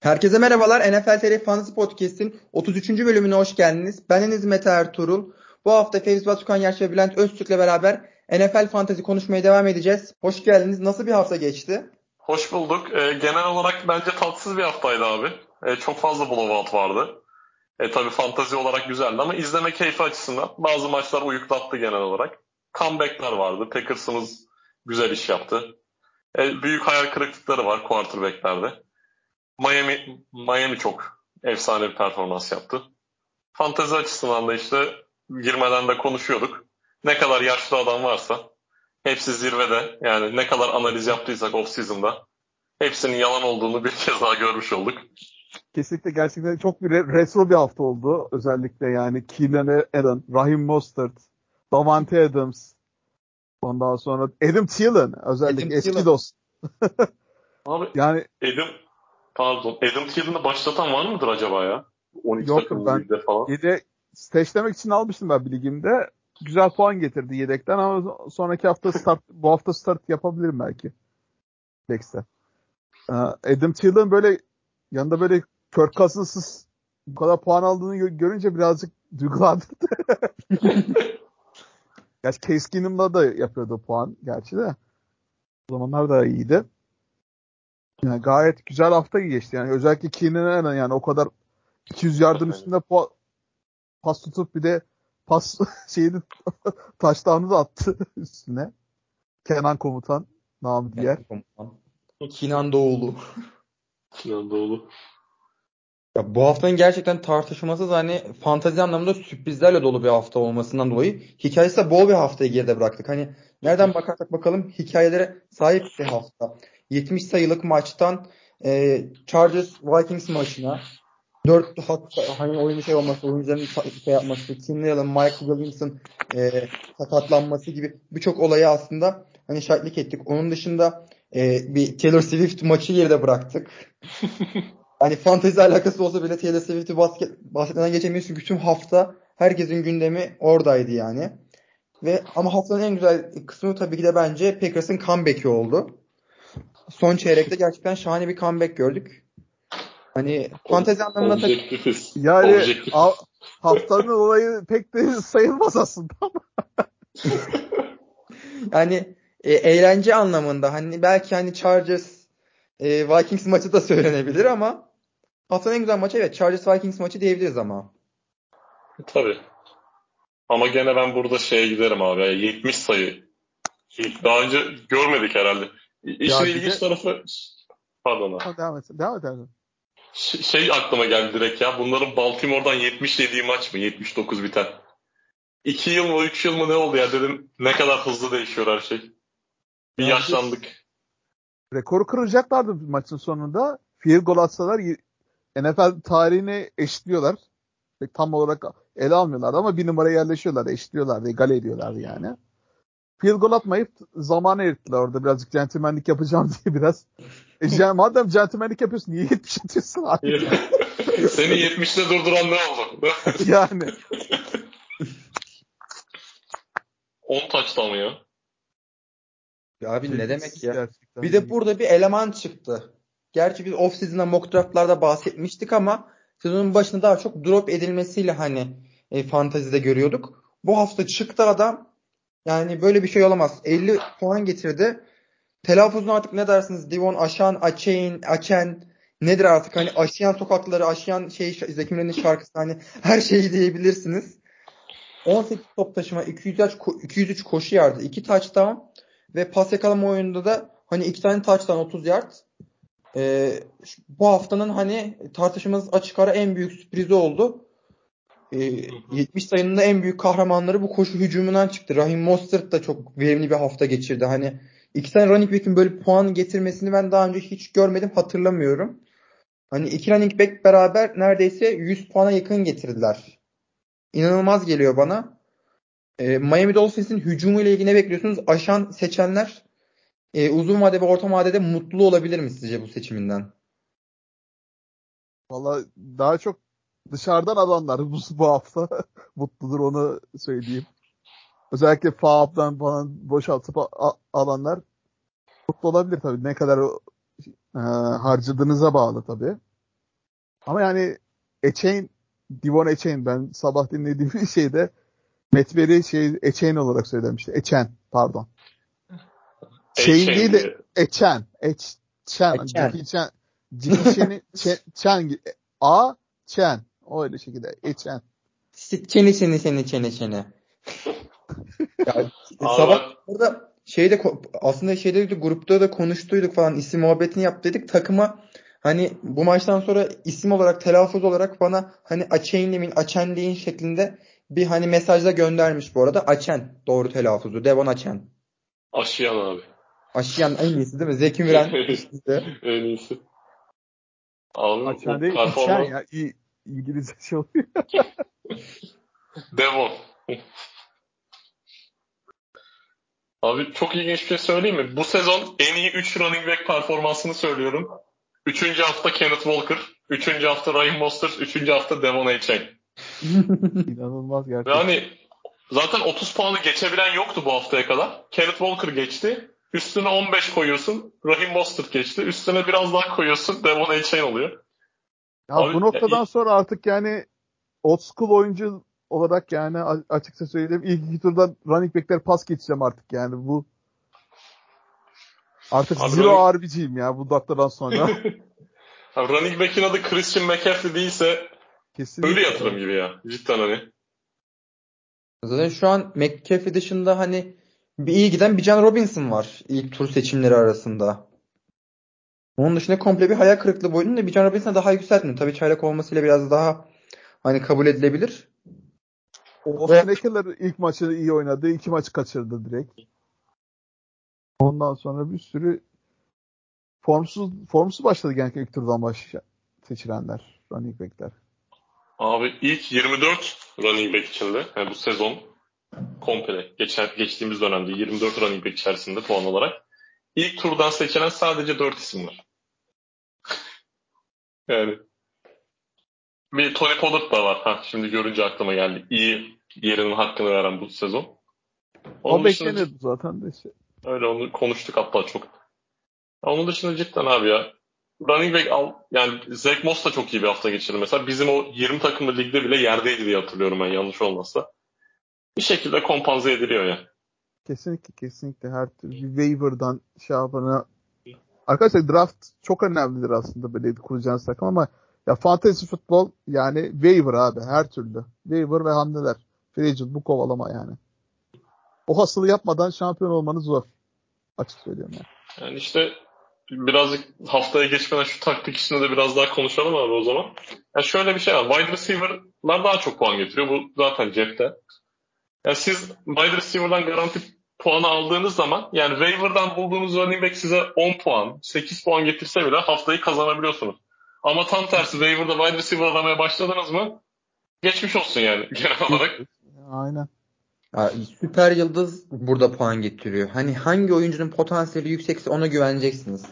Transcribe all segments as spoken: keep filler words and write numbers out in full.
Herkese merhabalar. N F L T R Fantasy Podcast'in otuz üçüncü bölümüne hoş geldiniz. Ben Enes Mete Ertuğrul. Bu hafta Fevzi Batukan Yaş ve Bülent Öztürk'le beraber N F L Fantasy konuşmaya devam edeceğiz. Hoş geldiniz. Nasıl bir hafta geçti? Hoş bulduk. Ee, genel olarak bence tatsız bir haftaydı abi. Ee, çok fazla blowout vardı. E, tabii fantazi olarak güzeldi ama izleme keyfi açısından bazı maçlar uyuklattı genel olarak. Comeback'ler vardı. Packers'ımız güzel iş yaptı. E, büyük hayal kırıklıkları var quarterback'lerde. Miami Miami çok efsane bir performans yaptı. Fantazi açısından da işte girmeden de konuşuyorduk. Ne kadar yaşlı adam varsa hepsi zirvede. Yani ne kadar analiz yaptıysak off-season'da hepsinin yalan olduğunu bir kez daha görmüş olduk. Kesinlikle gerçekten çok bir re- retro bir hafta oldu. Özellikle yani Keenan Allen, Raheem Mostert, Davante Adams, ondan sonra Adam Thielen, Adam özellikle eski Thielen. dost. Abi Yani Adam pardon Adam Thielen'ı başlatan var mıdır acaba ya? on iki yoktur, takımlı ben ligde falan. yedek steşlemek için almıştım ben bir ligimde. Güzel puan getirdi yedekten ama sonraki hafta start, bu hafta start yapabilirim belki. Flex'te. Ee, Adam Thielen böyle yanında böyle Kirk Cousins'ız bu kadar puan aldığını gö- görünce birazcık duygulandım. Gerçi Case Keenum'la da yapıyordu puan gerçi de. O zamanlar da iyiydi. Yani gayet güzel hafta geçti. Yani özellikle Keenan'a yani o kadar iki yüz yardın üstünde pu- pas tutup bir de pas şeyini touchdown'u da attı üstüne. Kenan Komutan namı diğer. Kinan Doğulu. Sinan Doğulu. Ya bu haftanın gerçekten tartışmasız hani fantazi anlamında sürprizlerle dolu bir hafta olmasından dolayı hikayesi de bol bir haftayı geride bıraktık. Hani nereden bakarsak bakalım hikayelere sahip bir hafta. yetmiş sayılık maçtan e, Chargers Vikings maçına dört hatta hani oyuncu şey olması, oyuncuların sa- şey yapması, Keenan Allen, Michael Williamson e, sakatlanması gibi birçok olayı aslında hani şahitlik ettik. Onun dışında e, bir Taylor Swift maçı geride bıraktık. Hani fantezi alakası olsa bile Taylor Swift'i basket, bahsetmeden geçemeyiz çünkü tüm hafta herkesin gündemi oradaydı yani. Ve ama haftanın en güzel kısmı tabii ki de bence Packers'ın comeback'i oldu. Son çeyrekte gerçekten şahane bir comeback gördük. Hani fantezi anlamında tabii Objektifiz. Yani a- Objektifiz. haftanın olayı pek de sayılmaz aslında. yani e, eğlence anlamında hani belki hani Chargers e, Vikings maçı da söylenebilir ama haftanın en güzel maçı evet Chargers Vikings maçı diyebiliriz ama. Tabii. Ama gene ben burada şeye giderim abi. Yani yetmiş sayı. Daha önce görmedik herhalde. İşin Ya bir ilginç de tarafı pardon abi. ha, devam et. Devam et. Devam et. Ş- Şey aklıma geldi direkt ya. Bunların Baltimore'dan yetmiş yediği maç mı? yetmiş dokuz biten. iki yıl mı üç yıl mı ne oldu ya dedim. Ne kadar hızlı değişiyor her şey. Bir Ya bir de yaşlandık. rekoru kıracaklardı maçın sonunda. Field goal atsalar y- N F L tarihini eşitliyorlar. Pek tam olarak ele almıyorlardı ama bir numara yerleşiyorlar. Eşitliyorlardı. Egale ediyorlardı yani. Field goal atmayıp zamanı erittiler orada. Birazcık centilmenlik yapacağım diye biraz. E, ce- madem centilmenlik yapıyorsun niye yetmiş atıyorsun abi? Seni yetmişte durduran ne oldu? Yani. on taçta mı ya? Ya abi ne demek Tecrübesiz ya? Bir gerçekten. de burada bir eleman çıktı. Gerçi biz off-season'da mock draft'larda bahsetmiştik ama sezonun başında daha çok drop edilmesiyle hani e, fantazide görüyorduk. Bu hafta çıktı adam. Yani böyle bir şey olamaz. elli puan getirdi. Telaffuzunu artık ne dersiniz? Divon Aşan, Açeyn, Açen nedir artık? Hani aşayan sokakları, aşayan şey Zeki Müren'in şarkısı hani her şeyi diyebilirsiniz. on sekiz top taşıma, iki yüz üç, ko- iki yüz üç koşu yardı, iki touchdown ve pas yakalama oyununda da hani iki tane touchdown otuz yard. Ee, şu- bu haftanın hani tartışmamız açık ara en büyük sürprizi oldu. Ee, yetmiş sayının da en büyük kahramanları bu koşu hücumundan çıktı. Raheem Mostert da çok verimli bir hafta geçirdi. Hani iki tane running back'in böyle puan getirmesini ben daha önce hiç görmedim, hatırlamıyorum. Hani iki running back beraber neredeyse yüz puana yakın getirdiler. İnanılmaz geliyor bana. E, Miami Dolphins'in hücumu ile ilgili ne bekliyorsunuz? Aşan seçenler e, uzun vade ve orta vadede mutlu olabilir mi sizce bu seçiminden? Valla daha çok dışarıdan alanlar bu, bu hafta mutludur onu söyleyeyim. Özellikle Faab'dan falan boşaltıp a- a- alanlar mutlu olabilir tabii. Ne kadar o, e, harcadığınıza bağlı tabii. Ama yani Etienne, Devon Etienne, ben sabah dinlediğim bir şeyde Metber'i şey Etienne olarak söylemişti. Etienne pardon. Şeyin değil de Etienne. Etienne. Jackie Chan. Jackie Chan'i Chan. A Chan. O öyle şekilde. Etienne. Çeni çeni çeni çeni çeni. Ya, sabah orada şeyde aslında şeyde grupta da konuştuyduk falan, isim muhabbetini yaptıydık. Takıma hani bu maçtan sonra isim olarak, telaffuz olarak bana hani Açen'lemin Açen'leyin şeklinde bir hani mesajda göndermiş bu arada. Açen doğru telaffuzu. Devon Açen. Aşiyan abi. Aşiyan en iyisi değil mi? Zeki Müren. En iyisi. Abi Açen değil, performans... İçen ya. İyi, İngilizce şey oluyor. Devon. Abi çok ilginç bir şey söyleyeyim mi? Bu sezon en iyi üç running back performansını söylüyorum. üçüncü hafta Kenneth Walker, üçüncü hafta Ryan Mostert, üçüncü hafta Devon Achane. İnanılmaz gerçekten. Yani zaten otuz puanı geçebilen yoktu bu haftaya kadar. Kenneth Walker geçti. Üstüne on beş koyuyorsun. Raheem Mostert geçti. Üstüne biraz daha koyuyorsun. Devon Achane oluyor. Ya Abi, bu noktadan ya, sonra artık yani old school oyuncu olarak yani açıkça söyleyeyim, ilk iki turda running back'ler pas geçeceğim artık yani bu artık Abi, zero running... R B G'yim ya bu dakikadan sonra. Abi, running back'in adı Christian McCaffrey değilse kesinlikle ölü yatırım gibi ya. Cidden hani. Zaten şu an McCaffrey dışında hani bir iyi giden bir Bijan Robinson var ilk tur seçimleri arasında. Onun dışında komple bir hayal kırıklığı boyunca da Bijan Robinson'a daha yükseltmiyor. Tabii çaylak olmasıyla biraz daha hani kabul edilebilir. Austin Eckler ilk maçı iyi oynadı. İki maç kaçırdı direkt. Ondan sonra bir sürü formsuz formsuz başladı genellikle ilk turdan baş seçilenler. Running back'ler. Abi ilk yirmi dört running back içinde yani bu sezon komple geçen, geçtiğimiz dönemde yirmi dört running back içerisinde puan olarak ilk turdan seçilen sadece dört isim var. Yani bir Tony Pollard da var. Ha, şimdi görünce aklıma geldi. İyi yerinin hakkını veren bu sezon. Onun o bekleniyordu zaten de şey. Öyle onu konuştuk hatta çok. Onun dışında cidden abi ya. Running back al, yani Zach Moss da çok iyi bir hafta geçirdi. Mesela bizim o yirmi takımlı ligde bile yerdeydi diye hatırlıyorum ben, yanlış olmazsa. Bir şekilde kompanze ediliyor ya. Kesinlikle kesinlikle her türlü bir waiver'dan şey yapana. Arkadaşlar draft çok önemlidir aslında böyle kuracağınız takım ama ya fantasy futbol yani waiver abi her türlü. Waiver ve hamleler. Free agent bu kovalama yani. O hasılı yapmadan şampiyon olmanız zor. Açık söylüyorum yani. Yani işte birazcık haftaya geçmeden şu taktik işini de biraz daha konuşalım abi o zaman. Yani şöyle bir şey var. Wide receiver'lar daha çok puan getiriyor. Bu zaten cepte. Yani siz wide receiver'dan garanti puanı aldığınız zaman yani waiver'dan bulduğunuz running back size on puan, sekiz puan getirse bile haftayı kazanabiliyorsunuz. Ama tam tersi waiver'da wide receiver aramaya başladınız mı geçmiş olsun yani genel olarak. Aynen. Ya, süper yıldız burada puan getiriyor. Hani hangi oyuncunun potansiyeli yüksekse ona güveneceksiniz.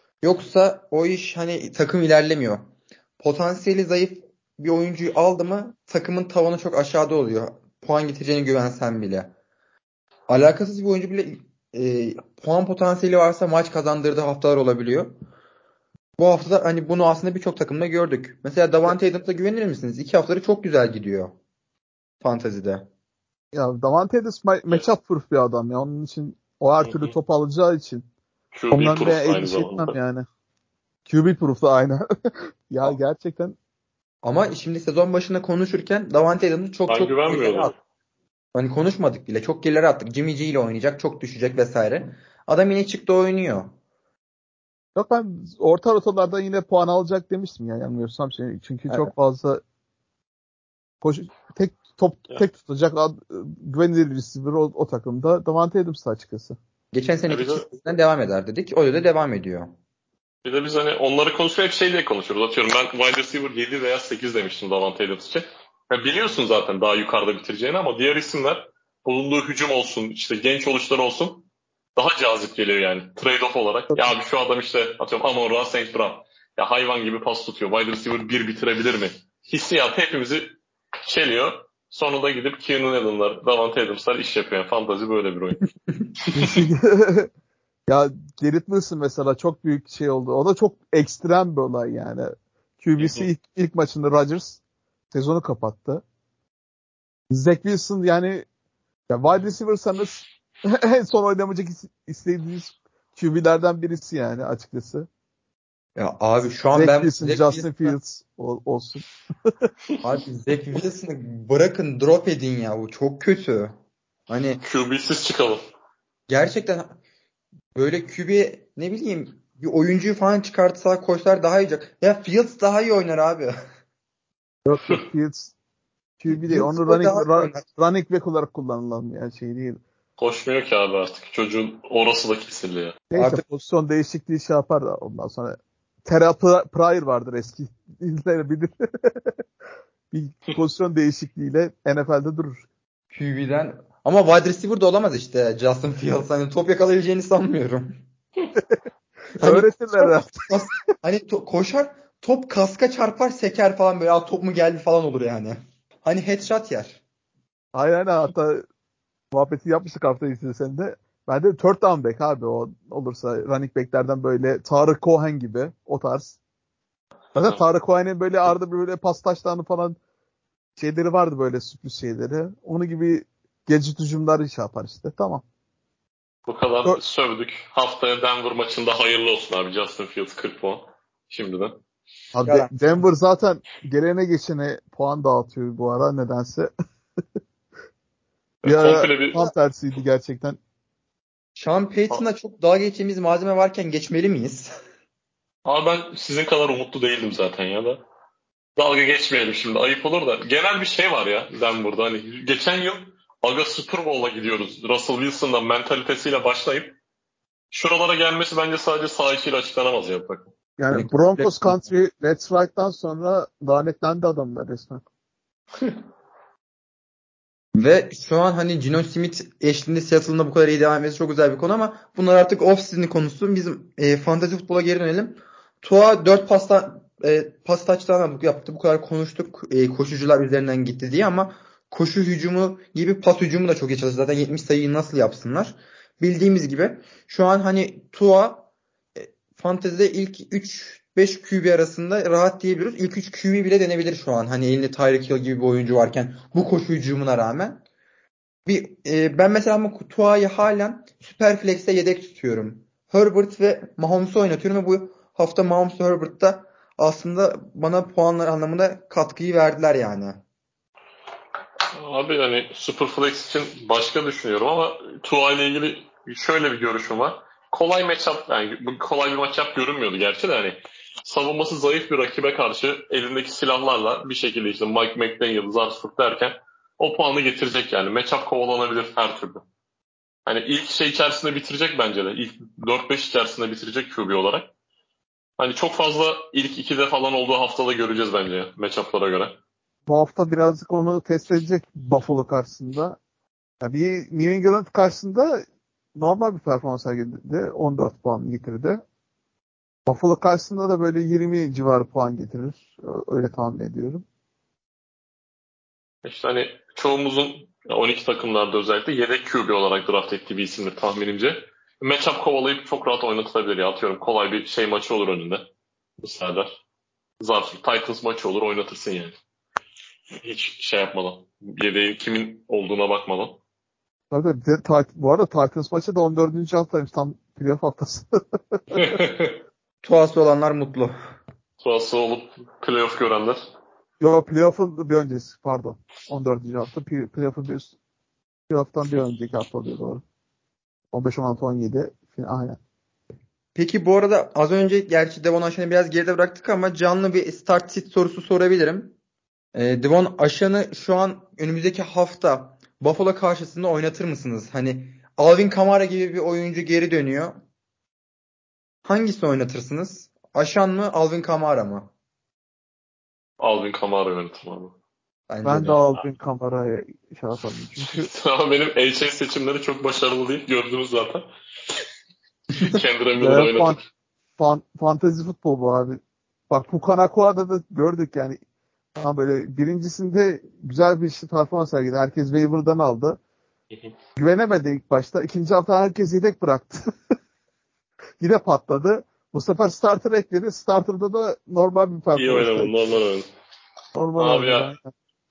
Yoksa o iş hani takım ilerlemiyor. Potansiyeli zayıf bir oyuncuyu aldı mı takımın tavanı çok aşağıda oluyor. Puan getireceğine güvensen bile. Alakasız bir oyuncu bile e, puan potansiyeli varsa maç kazandırdığı haftalar olabiliyor. Bu haftada hani bunu aslında birçok takımda gördük. Mesela Davante Adams'a güvenir misiniz? İki haftaları çok güzel gidiyor. Fantezide. Ya Davante Adams matchup proof bir adam ya. Onun için o her türlü top alacağı için. Q B ondan proof veya aynı endişe zamanda. etmem yani. Q B proof da aynı. ya Aa. gerçekten. Ama şimdi sezon başında konuşurken Davante Adams'ı çok ben çok gerilere attık. Hani konuşmadık bile. Çok gerilere attık. Jimmy G ile oynayacak. Çok düşecek vesaire. Adam yine çıktı oynuyor. Yok ben orta rotalardan yine puan alacak demiştim ya yanılmıyorsam şey. Çünkü evet. çok fazla koşu, tek top evet. tek tutacak güvenilir receiver o, o takımda Davante Adams'ı açıkçası. Geçen seneki yani çizgisinden devam eder dedik. Öyle de devam ediyor. Bir de biz hani onları konuşuyor hep şey diye konuşuyoruz. Atıyorum ben wide receiver yedi veya sekiz demiştim Davante Adams için. Yani biliyorsun zaten daha yukarıda bitireceğini ama diğer isimler bulunduğu hücum olsun, işte genç oluşları olsun daha cazip geliyor yani trade-off olarak. Ya abi şu adam işte atıyorum Amon-Ra Saint Brown. Ya hayvan gibi pas tutuyor. Wide receiver bir bitirebilir mi? Hissiyat hepimizi çeliyor. Sonunda gidip Keenan Allen'lar, Davante Adams'lar iş yapıyor. Yani fantazi böyle bir oyun. Ya Garrett Wilson mesela çok büyük şey oldu. O da çok ekstrem bir olay yani. Q B'si ilk, ilk maçında Rodgers sezonu kapattı. Zach Wilson yani ya wide receiver'sanız en son oynamayacak istediğiniz Q B'lerden birisi yani açıkçası. Ya abi şu an Zach ben Wilson, Zach Justin Wilson'ı Fields ol, olsun. abi Zach Wilson'ı bırakın drop edin ya. Bu çok kötü. Hani Q B'siz çıkalım. gerçekten böyle Q B ne bileyim bir oyuncuyu falan çıkartsalar koşlar daha iyi olacak. Ya Fields daha iyi oynar abi. Yok yok Fields Q B değil. Fields Onu o running, daha iyi ra, oynar. running back olarak kullanılan yani şey değil. Koşmuyor ki abi artık. Çocuğun orası da kesildi ya. Neyse Artık pozisyon değişikliği şey yapar da ondan sonra Terrell Pryor vardır eski izler bilir. Bir pozisyon değişikliğiyle N F L'de durur. Q B'den ama wide receiver de olamaz işte Justin Fields. Hani top yakalayabileceğini sanmıyorum. Hani Öğretirler koşar, herhalde. kas- hani to- koşar top kaska çarpar seker falan böyle. Aa, top mu geldi falan olur yani. Hani headshot yer. Aynen hatta muhabbeti yapmıştık hafta içinde sen de. Ben de third down back abi o olursa running backlerden böyle Tarık Cohen gibi o tarz. Zaten Tarık Cohen'in böyle arada böyle pas taşlarını falan şeyleri vardı böyle sürpriz şeyleri. Onu gibi gadget hücumları şey yapar işte. Tamam. Bu kadar Dört- sövdük. Haftaya Denver maçında hayırlı olsun abi. Justin Fields kırk puan. Şimdiden. Abi De- Ya Denver zaten gelene geçene puan dağıtıyor bu ara nedense. Bir ara Komple bir tam tersiydi gerçekten. Sean Payton'la çok dalga geçeceğimiz malzeme varken geçmeli miyiz? Abi ben sizin kadar umutlu değildim zaten ya da. Dalga geçmeyelim şimdi. Ayıp olur da. Genel bir şey var ya Denver'da. Hani geçen yıl Aga Super Bowl'a gidiyoruz. Russell Wilson'dan mentalitesiyle başlayıp şuralara gelmesi bence sadece saha içiyle açıklanamaz ya bak. Hani Yani komple Broncos Country Let's Rike'dan sonra lanetlendi adamlar resmen. ve şu an hani Geno Smith eşliğinde Seattle'ın da bu kadar iyi devam etmesi çok güzel bir konu ama bunlar artık off-season konusu. Bizim e, fantasy futbola geri dönelim. Tua dört pasta e, pas touchdown yaptı. Bu kadar konuştuk. E, koşucular üzerinden gitti diye ama koşu hücumu gibi pas hücumu da çok iyi çalıştı. Zaten yetmiş sayıyı nasıl yapsınlar? Bildiğimiz gibi şu an hani Tua e, fantezide ilk üç beş Q B arasında rahat diyebiliriz. İlk üç Q B bile denebilir şu an. Hani elinde Tyreek Hill gibi bir oyuncu varken bu koşu hücumuna rağmen. Bir, e, ben mesela ama Tua'yı halen Superflex'te yedek tutuyorum. Herbert ve Mahomes'u oynatıyorum ve bu hafta Mahomes ve Herbert da aslında bana puanlar anlamında katkıyı verdiler yani. Abi hani Superflex için başka düşünüyorum ama Tua ile ilgili şöyle bir görüşüm var. Kolay matchup yani bu kolay bir matchup görünmüyordu gerçi de hani savunması zayıf bir rakibe karşı elindeki silahlarla bir şekilde işte Mike McDaniel, Zarsford derken o puanı getirecek yani. Matchup kovalanabilir her türlü. Hani ilk şey içerisinde bitirecek bence de. İlk dört beş içerisinde bitirecek Q B olarak. Hani çok fazla ilk ikide falan olduğu haftada göreceğiz bence ya, matchup'lara göre. Bu hafta birazcık onu test edecek Buffalo karşısında. Yani bir New England karşısında normal bir performans sergiledi. on dört puan getirdi. Buffalo karşısında da böyle yirmi civarı puan getirir. Öyle tahmin ediyorum. İşte hani çoğumuzun on iki takımlarda özellikle yedek Q B olarak draft ettiği bir isimdir tahminimce. Matchup kovalayıp çok rahat oynatılabilir ya. Atıyorum kolay bir şey maçı olur önünde. Bu Serdar. Zarf Titans maçı olur oynatırsın yani. Hiç şey yapmadan. Yedeği kimin olduğuna bakmadan. Tabii de, ta, bu arada Titans maçı da on dördüncü haftaymış. Tam playoff haftası. Tuası olanlar mutlu. Tuası olup playoff görenler. Yo playoff'un bir öncesi pardon. on dördüncü hafta. Play- Playoff'un bir üst. Playoff'tan bir önceki hafta oluyor doğru. on beş on altı on yedi. Aynen. Peki bu arada az önce gerçi Devon Aşan'ı biraz geride bıraktık ama canlı bir start sit sorusu sorabilirim. E, Devon Aşan'ı şu an önümüzdeki hafta Buffalo karşısında oynatır mısınız? Hani Alvin Kamara gibi bir oyuncu geri dönüyor. Hangisi oynatırsınız? Aşan mı, Alvin Kamara mı? Alvin Kamara yönetim abi. Bence Ben de de. Alvin Kamara'ya şey yapalım. Çünkü Ama benim H S seçimleri çok başarılı değil. Gördünüz zaten. Kendra Miller e, fan, oynatıp. fan, fantezi futbol bu abi. Bak bu Kanakua'da da gördük yani. Tamam böyle birincisinde güzel bir işte performans sergiledi. Herkes waiver'dan aldı. Güvenemedi ilk başta. İkinci hafta herkes yedek bıraktı. Yine patladı. Bu sefer starter ekledi. Starter'da da normal bir İyi performans. oynamadı. Normal oynadı. Normal Abi oynadı. ya, Aynen.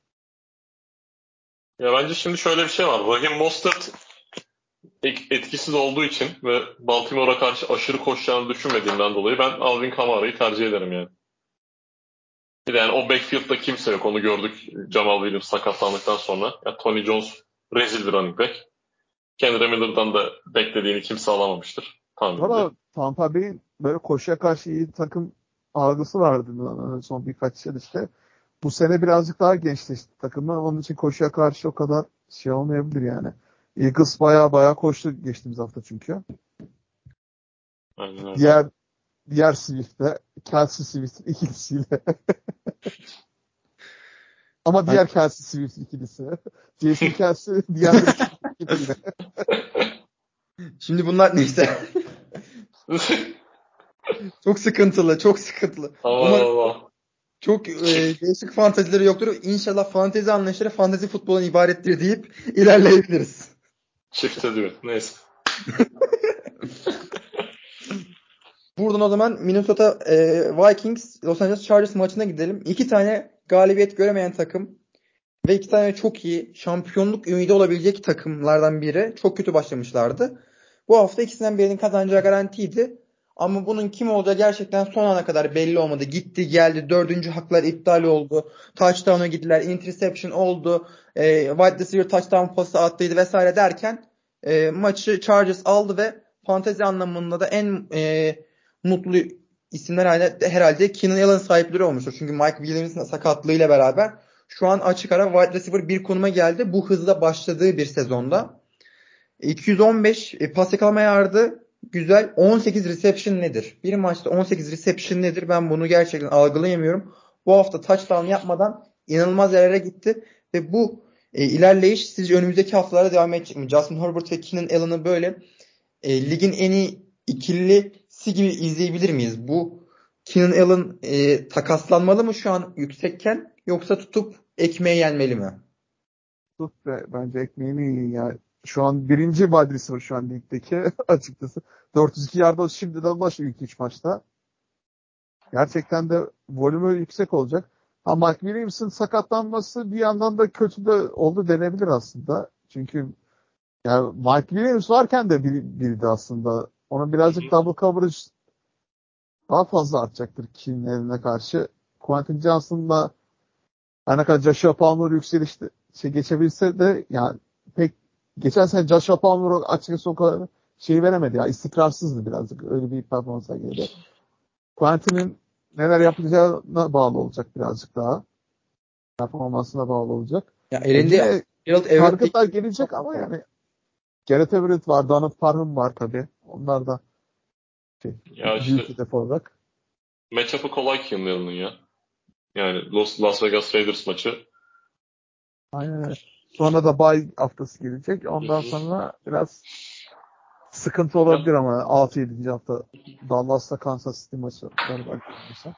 ya bence şimdi şöyle bir şey var. Raheem Mostert et- etkisiz olduğu için ve Baltimore'a karşı aşırı koşacağını düşünmediğimden dolayı ben Alvin Kamara'yı tercih ederim yani. Bir de yani o backfield'da kimse yok. Onu gördük Jamal Williams sakatlandıktan sonra. Ya Tony Jones rezil bir running back. Kendra Miller'dan da beklediğini kimse alamamıştır tahminimce. Valla Tampa Bay'in böyle koşuya karşı iyi takım algısı vardı son birkaç yıl işte. Bu sene birazcık daha gençleşti takımlar. Onun için koşuya karşı o kadar şey olmayabilir yani. Eagles baya baya koştu geçtiğimiz hafta çünkü. Aynen öyle. Diğer diğer Swift'te Kelsey Swift ikilisiyle. Ama diğer Kelsey Swift ikilisi. Jason Kelsey diğer bir ikilisiyle. Şimdi bunlar neyse. Çok sıkıntılı, çok sıkıntılı. Allah Umarım Allah. çok e, değişik fantezileri yoktur. İnşallah fantezi anlayışları fantezi futbolun ibarettir deyip ilerleyebiliriz. Çift ediyor. Neyse. Buradan o zaman Minnesota e, Vikings Los Angeles Chargers maçına gidelim. İki tane galibiyet göremeyen takım ve iki tane çok iyi şampiyonluk ümidi olabilecek takımlardan biri. Çok kötü başlamışlardı. Bu hafta ikisinden birinin kazanacağı garantiydi. Ama bunun kim olacağı gerçekten son ana kadar belli olmadı. Gitti geldi. Dördüncü haklar iptal oldu. Touchdown'a gittiler. Interception oldu. E, wide receiver touchdown pası attıydı vesaire derken e, maçı Chargers aldı ve fantezi anlamında da en e, mutlu isimler herhalde, herhalde Keenan Allen sahipleri olmuştur. Çünkü Mike Williams'ın sakatlığıyla beraber şu an açık ara wide receiver bir konuma geldi. Bu hızla başladığı bir sezonda. iki yüz on beş e, pas yakalama yardı. Güzel. on sekiz reception nedir? Bir maçta on sekiz reception nedir? Ben bunu gerçekten algılayamıyorum. Bu hafta touchdown yapmadan inanılmaz yerlere gitti. Ve bu e, ilerleyiş sizce önümüzdeki haftalarda devam edecek mi? Justin Herbert ve Keenan Allen'ı böyle e, ligin en iyi ikilisi gibi izleyebilir miyiz? Bu Keenan Allen e, takaslanmalı mı şu an yüksekken yoksa tutup ekmeğe yenmeli mi? Tut be, bence ekmeğini yiyin ya. Şu an birinci wide receiver şu an ligdeki açıkçası. dört yüz iki yarda şimdiden başlıyor ilk üç maçta. Gerçekten de volümü yüksek olacak. Ha, Mike Williams'ın sakatlanması bir yandan da kötü de oldu denebilir aslında. Çünkü yani Mike Williams varken de bir, biriydi aslında. Ona birazcık double coverage daha fazla artacaktır Keenan'e karşı. Quentin Johnson'la her ne kadar Joshua Palmer yükselişte şey geçebilse de yani pek geçen sene Joshua Palmer açıkçası o kadar şey veremedi ya. İstikrarsızdı birazcık. Öyle bir performansa geldi. Quentin'in neler yapacağına bağlı olacak birazcık daha. Performansına bağlı olacak. Ya E elinde yine Gerald Everett targetlar gelecek ama yani Garrett Everett var, Donald Parham var tabii. Onlar da şey, Ya işte büyük hedef olarak. matchup'ı kolay Keenan Allen'ın ya. Yani Los, Las Vegas Raiders maçı. Aynen öyle. Sonra da bye haftası gelecek. Ondan Hı hı. sonra biraz sıkıntı Ya, olabilir ama altı yedinci hafta Dallas'ta Kansas City maçı var belki.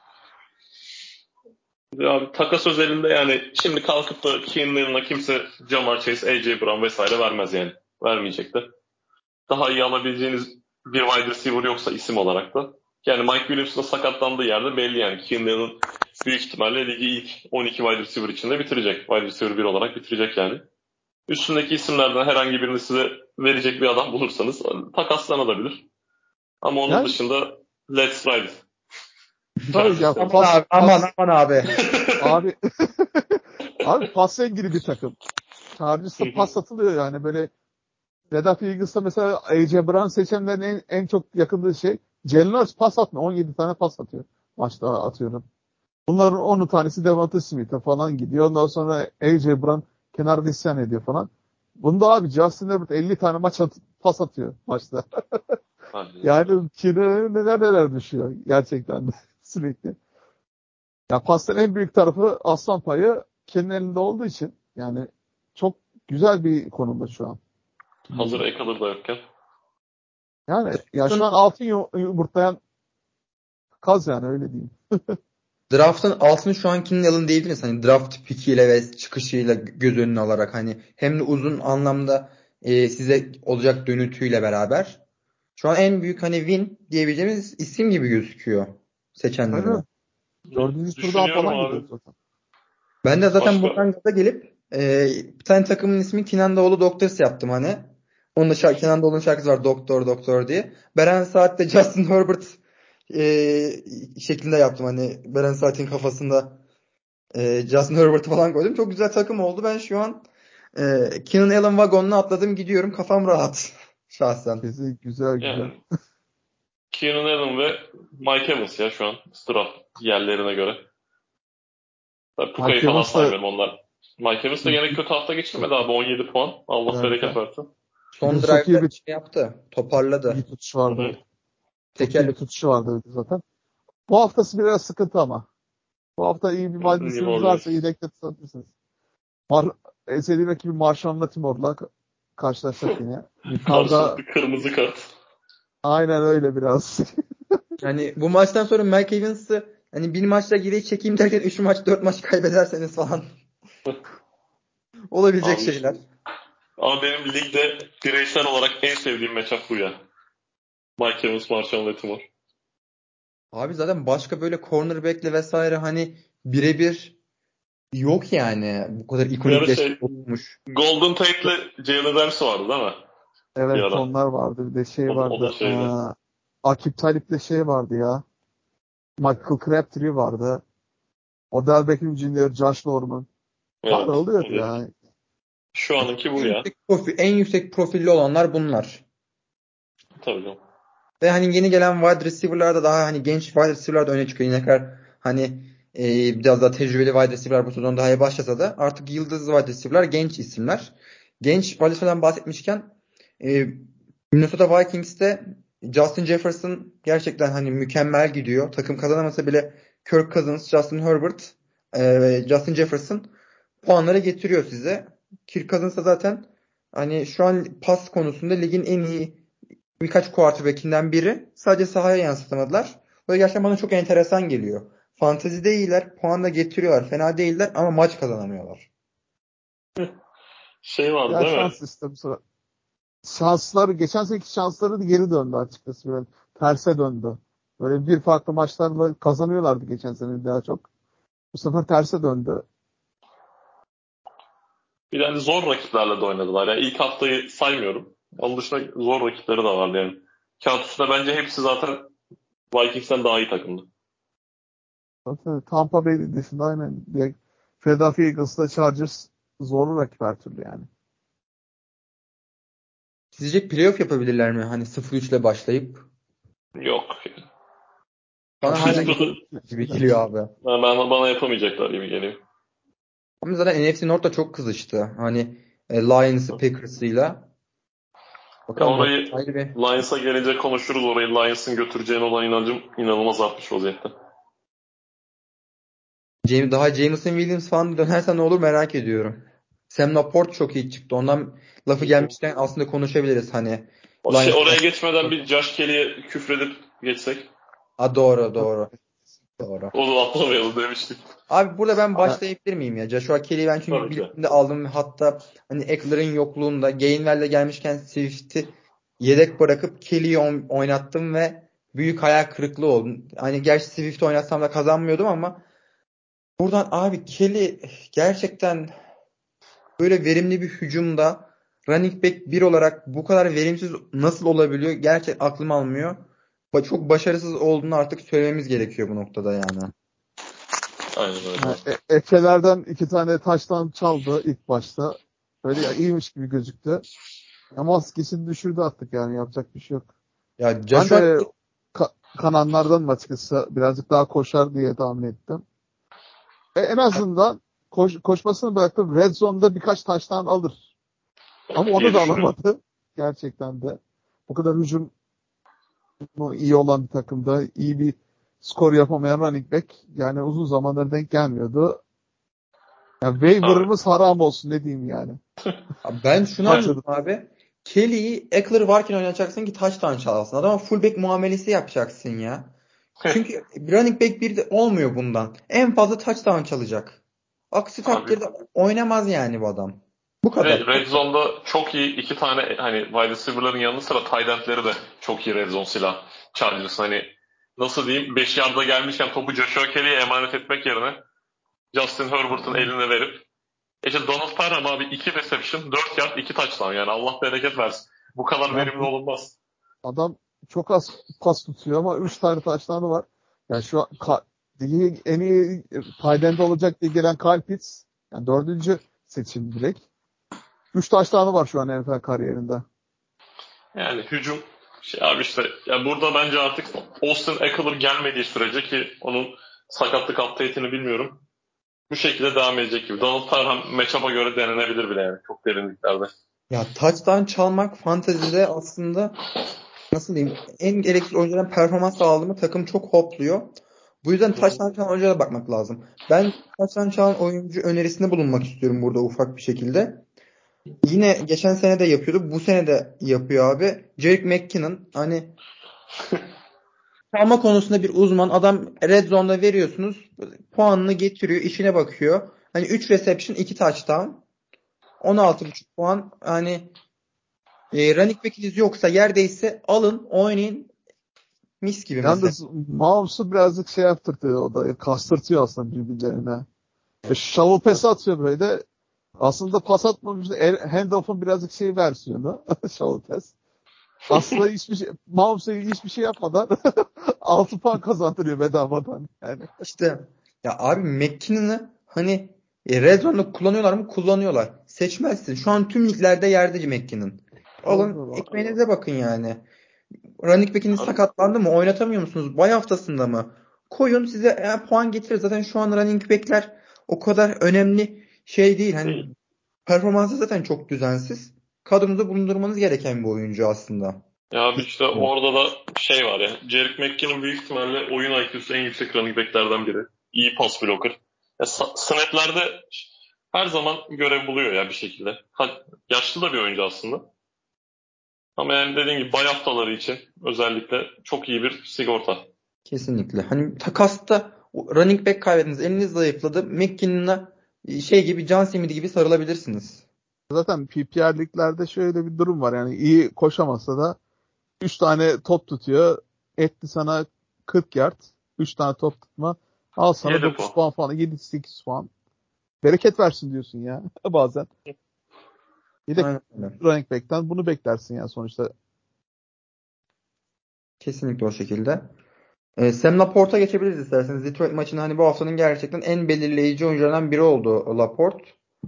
ya takas özelinde yani şimdi kalkıp da Keenan Allen'a kimse Jamar Chase, A J Brown vesaire vermez yani. Vermeyecek de. Daha iyi alabileceğiniz bir wide receiver yoksa isim olarak da. Yani Mike Williams'ın sakatlandığı yerde belli yani. Keenan Allen büyük ihtimalle ligi ilk on iki wide receiver içinde bitirecek. Wide receiver bir olarak bitirecek yani. Üstündeki isimlerden herhangi birini size verecek bir adam bulursanız takaslanabilir. Ama onun Yani dışında let's ride. tabii ya aman pas, abi aman pas aman abi. abi abi pas zengini bir takım. Chargers'ta pas atılıyor yani böyle Vedat Eagles'ta mesela A J Brown seçenlerin en, en çok yakındığı şey Jalen Hurts pas atmıyor. on yedi tane pas atıyor. Maçta atıyorum. Bunların on tanesi Devonta Smith'e falan gidiyor. Ondan sonra A J Brown kenarda isyan ediyor falan. Bunda abi Justin Herbert elli tane maç at, pas atıyor maçta. Yani Keenan'a neler neler düşüyor gerçekten de sürekli. Ya pasların en büyük tarafı aslan payı Ken'in elinde olduğu için yani çok güzel bir konumda şu an. Hazır Eckler da yokken. Yani ya şu an altın yumurtlayan kaz yani öyle diyeyim. Draft'ın altını şu an Keenan Allen diyebiliriz. Hani draft pickiyle ve çıkışıyla göz önüne alarak hani hem de uzun anlamda e, size olacak dönütüyle beraber. şu an en büyük hani win diyebileceğimiz isim gibi gözüküyor seçenlerine. Evet. Dördüncü turdan Düşünüyorum falan abi. gidiyor zaten. Ben de zaten Başka? buradan gaza gelip e, bir tane takımın ismi Kenan Doğulu Doctors yaptım hani. Onun da şarkı, Kenan Doğulu'nun şarkısı var Doktor Doktor diye. Beren Saat de Justin Herbert e, şeklinde yaptım hani. Beren Saat'in kafasında e, Justin Herbert'ı falan koydum. Çok güzel takım oldu. Ben şu an e, Keenan Allen vagonuna atladım gidiyorum. Kafam rahat şahsen. Kesin güzel güzel. Yani Keenan Allen ve Mike Evans ya şu an draft yerlerine göre. Tabii Puka'yı Mike falan Evans da saymıyorum onlar. Mike Evans da gene kötü hafta geçirmedi abi. on yedi puan. Allah Evet, bereket evet. versin. Son Bir de çok iyi drive'da bir şey yaptı. iyi Toparladı. tutuş vardı. Çok iyi Tekerle bir tutuşu vardı zaten. Bu haftası biraz sıkıntı ama. Bu hafta iyi bir wide New receiver'ınız Orleans. varsa yedekte tutabilirsiniz. Mar en sevdiğim rakibi Marshawn'la Timor'la ka- karşılaşacak yine. Yukarıda Karşılıklı kırmızı kart. aynen öyle biraz. Yani bu maçtan sonra Mike Evans'ı hani bir maçta geri çekeyim derken üç maç dört maç kaybederseniz falan olabilecek Abi, şeyler. ama benim ligde bireysel olarak en sevdiğim matchup bu ya. Mike Evans, Marshall Latimore. Abi zaten başka böyle cornerback'le vesaire hani birebir yok yani. Bu kadar Bir ikonik ara geç şey, olmuş. Golden Tate'le Jalen Ramsey vardı değil mi? Bir Evet ara. onlar vardı. Bir de şey O da, o da vardı. şeydi. Aa, Akip Talip'le şey vardı ya. Michael Crabtree vardı. Odell Beckham Junior, Josh Norman. Var Evet. oluyordu Evet. ya. Şu anınki bu En ya. yüksek profil, en yüksek profilli olanlar bunlar. Tabii canım. Ve hani yeni gelen wide receiver'lar da daha hani genç wide receiver'lar da öne çıkıyor. Yine kadar hani e, biraz daha tecrübeli wide receiver'lar bu sezon daha iyi başlasa da artık yıldız wide receiver'lar genç isimler. Genç wide receiver'dan bahsetmişken e, Minnesota Vikings'te Justin Jefferson gerçekten hani mükemmel gidiyor. Takım kazanamasa bile Kirk Cousins, Justin Herbert, e, Justin Jefferson puanları getiriyor size. Kirk Cousins da zaten hani şu an pas konusunda ligin en iyi birkaç quarterback'inden biri. Sadece sahaya yansıtamadılar. Bu da gerçekten bana çok enteresan geliyor. Fantezide iyiler, puan da getiriyorlar. Fena değiller ama maç kazanamıyorlar. Şey vardı Ya değil mi? şans işte bu sıra. Şansları, geçen seneki şansları da geri döndü açıkçası. Böyle terse döndü. Böyle bir farklı maçlarla kazanıyorlardı geçen sene daha çok. Bu sefer terse döndü. Bir de hani zor rakiplerle de oynadılar. Yani ilk haftayı saymıyorum. Onun dışında zor rakipleri de vardı yani. Kağıt üstünde bence hepsi zaten Vikings'ten daha iyi takımdı. Zaten Tampa Bay dışında aynen. Direkt Philadelphia Eagles'la Chargers zorlu rakip her türlü yani. Sizce playoff yapabilirler mi? Hani sıfır üç ile başlayıp. Yok. Bana hala gibi geliyor abi. Ben, ben- bana yapamayacaklar gibi geliyor. Ama zaten N F C North da çok kızıştı. Hani e, Lions'ı Packers'ıyla. Ya Bakalım orası orayı ayrı bir. Lions'a gelince konuşuruz. Orayı Lions'ın götüreceğine olan inancım inanılmaz artmış vaziyette. James, daha Jameson Williams falan dönerse ne olur merak ediyorum. Sam Laporte çok iyi çıktı. Ondan lafı gelmişken aslında konuşabiliriz hani. O şey, Lions. oraya geçmeden bir Josh Kelly'ye küfredip geçsek. A, doğru doğru. Doğru. Onu atlamayalım demiştik. Abi burada ben Ya, başlayabilir miyim ya? Joshua Kelly'yi ben çünkü Tabii ki. birisinde aldım. Hatta hani Eckler'ın yokluğunda Gainwell'le gelmişken Swift'i yedek bırakıp Kelly'yi oyn- oynattım ve büyük hayal kırıklığı oldu. Hani gerçi Swift'i oynatsam da kazanmıyordum ama buradan abi Kelly gerçekten böyle verimli bir hücumda running back bir olarak bu kadar verimsiz nasıl olabiliyor? Gerçekten aklım almıyor. Ba- Çok başarısız olduğunu artık söylememiz gerekiyor bu noktada yani. Aynen öyle. yani e- Ekelerden iki tane taştan çaldı ilk başta. Öyle ya, iyiymiş gibi gözüktü. Ama maskesini düşürdü artık yani yapacak bir şey yok. Ya Ben Joshua de ka- kananlardan açıkçası birazcık daha koşar diye tahmin ettim. E, en azından koş, koşmasını bıraktım. Red Zone'da birkaç taştan alır. Ama diye onu da düşünüyorum. alamadı. Gerçekten de. Bu kadar hücum iyi olan bir takımda iyi bir skor yapamayan running back yani uzun zamandır denk gelmiyordu. Yani Abi, waiver'ımız haram olsun ne diyeyim yani. Abi ben şunu yani anladım abi. Kelly'yi Eckler varken oynatacaksın ki touchdown çalsın. Adama fullback muamelesi yapacaksın ya. Çünkü running back bir de olmuyor bundan. En fazla touchdown çalacak. Aksi abi takdirde oynamaz yani bu adam. Bu kadar. Ve Red Zone'da çok iyi iki tane hani wide receiver'ların yanı sıra tight end'leri de çok iyi Red Zone silah. Chargers hani nasıl diyeyim beş yardına gelmişken topu Joshua Kelly'ye emanet etmek yerine Justin Herbert'ın eline verip işte Donald Parham abi iki reception, dört yard, iki touchdown. Yani Allah bereket versin. Bu kadar Ya verimli olunmaz. adam çok az pas tutuyor ama üç tane taştanı var. Yani şu an ka- ligin en iyi tight end olacak diye gelen Kyle Pitts. Yani dördüncü seçim direkt. üç taştanı var şu an N F L kariyerinde. Yani hücum şey abi işte ya burada bence artık Austin Eckler gelmediği sürece ki onun sakatlık update'ini bilmiyorum. Bu şekilde devam edecek gibi. Donald Parham matchup'a göre denenebilir bile yani. Çok derinliklerde. Ya touchdown çalmak fantezide aslında nasıl diyeyim en gereksiz oyuncuların performans sağladığında takım çok hopluyor. Bu yüzden touchdown çalan oyunculara bakmak lazım. Ben touchdown çalan oyuncu önerisinde bulunmak istiyorum burada ufak bir şekilde. Yine geçen sene de yapıyordu. Bu sene de yapıyor abi. Jerick McKinnon hani çalma konusunda bir uzman. Adam red zone'da veriyorsunuz. Puanını getiriyor. İşine bakıyor. Hani üç reception iki touchdown. on altı buçuk puan. Hani e, running back'iniz yoksa yerdeyse alın oynayın. Mis gibi mesela. Yalnız Mahomes'u birazcık şey yaptırtıyor o da. Kastırtıyor aslında birbirlerine. E, shovel pass atıyor böyle. Aslında pas atmamış. Handoff'un birazcık şey versiyonu. Shovel pass. Aslında hiçbir şey, Mahomes'a hiçbir şey yapmadan altı puan kazandırıyor bedavadan. Yani. İşte ya abi McKinnon'ı hani e, red zone'da kullanıyorlar mı? Kullanıyorlar. Seçmezsin. Şu an tüm liglerde yerdeci McKinnon. Doğru, Alın doğru. ekmeğinize bakın yani. Running back'iniz sakatlandı mı? Oynatamıyor musunuz? Bay haftasında mı? Koyun size e, puan getirir. Zaten şu an running back'ler o kadar önemli şey değil. Hani Değil. performansı zaten çok düzensiz. Kadronuzda bulundurmanız gereken bir oyuncu aslında. Ya abi işte orada da şey var ya. Jerick McKinnon büyük ihtimalle oyun I Q'su en yüksek running back'lerden biri. İyi pass blocker. Ya, sa- snap'lerde her zaman görev buluyor ya bir şekilde. Ha, yaşlı da bir oyuncu aslında. Ama yani dediğim gibi bay haftaları için özellikle çok iyi bir sigorta. Kesinlikle. Hani takasta running back kaybettiniz. Eliniz zayıfladı. McKinnon'a e, şey gibi John Smith gibi sarılabilirsiniz. Zaten P P R liglerde şöyle bir durum var. Yani iyi koşamasa da üç tane top tutuyor. Etti sana kırk yard. üç tane top tutma. Al sana yedi dokuz puan. puan falan. yedi sekiz puan. Bereket versin diyorsun ya bazen. Yedek Aynen öyle. running back'ten bunu beklersin ya sonuçta. Kesinlikle o şekilde. E, Sam Laporte'a geçebiliriz isterseniz. Detroit maçının hani bu haftanın gerçekten en belirleyici oyuncularından biri oldu Laporte.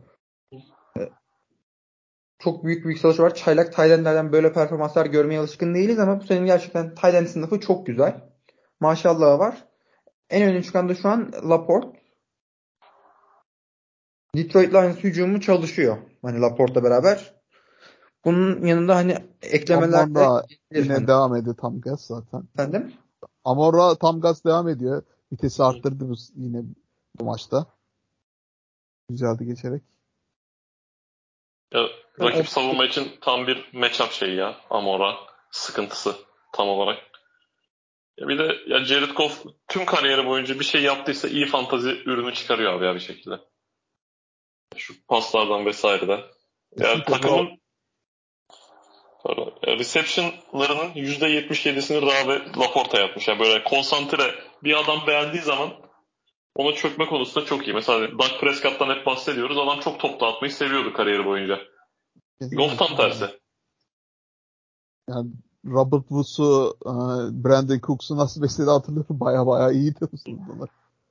Çok büyük bir yükseliş var. Çaylak Tayland'lerden böyle performanslar görmeye alışkın değiliz ama bu senin gerçekten Tayland sınıfı çok güzel. Maşallahı var. En öne çıkan da şu an Laporte. Detroit Lions hücumu çalışıyor. Hani Laporte'la beraber. Bunun yanında hani eklemeler de Amorra gelir yine hani. devam ediyor tam gaz zaten. Efendim? Amorra tam gaz devam ediyor. Vitesi arttırdı bu, yine bu maçta. Güzeldi geçerek. Ya, Ben rakip o- savunma için tam bir matchup şeyi ya. Amora sıkıntısı tam olarak. Ya bir de ya Jared Goff tüm kariyeri boyunca bir şey yaptıysa iyi fantazi ürünü çıkarıyor abi ya bir şekilde. Şu paslardan vesaire de. Ya Kesinlikle bu takımın pardon, ya reception'larının yüzde yetmiş yedisini Rabe Laporta yapmış. Yani böyle konsantre bir adam beğendiği zaman ona çökme konusunda çok iyi. Mesela Dak Prescott'tan hep bahsediyoruz. Adam çok top dağıtmayı seviyordu kariyeri boyunca. Goff tam kesinlikle. tersi. Yani Robert Woods'u, e, Brandon Cooks'u nasıl besledi hatırlıyorum. Baya baya iyiydi bunlar.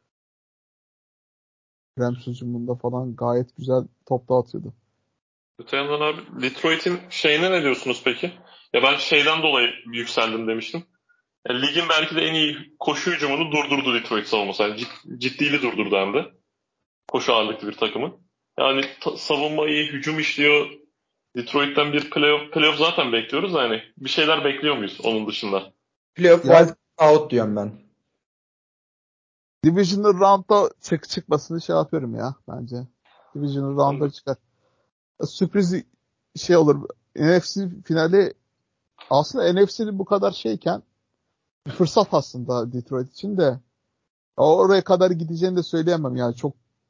Rams hücumunda falan gayet güzel top dağıtıyordu. Öte yandan abi Detroit'in şeyine ne diyorsunuz peki? Ya ben şeyden dolayı yükseldim demiştim. Ya ligin belki de en iyi koşu hücumunu durdurdu Detroit savunması. Yani cid- ciddili durdurdu hem de. Koşu ağırlıklı bir takımı. Yani ta- savunma iyi, hücum işliyor. Detroit'ten bir playoff, playoff zaten bekliyoruz da hani bir şeyler bekliyor muyuz onun dışında? Playoff Yani wild out diyorum ben. Divisional Round'da çık çıkmasını şey yapıyorum ya bence. Divisional Ben Round'da de. çıkar. Sürpriz şey olur. N F C finali aslında N F C'nin bu kadar şeyken bir fırsat aslında Detroit için de. Oraya kadar gideceğini de söyleyemem yani çok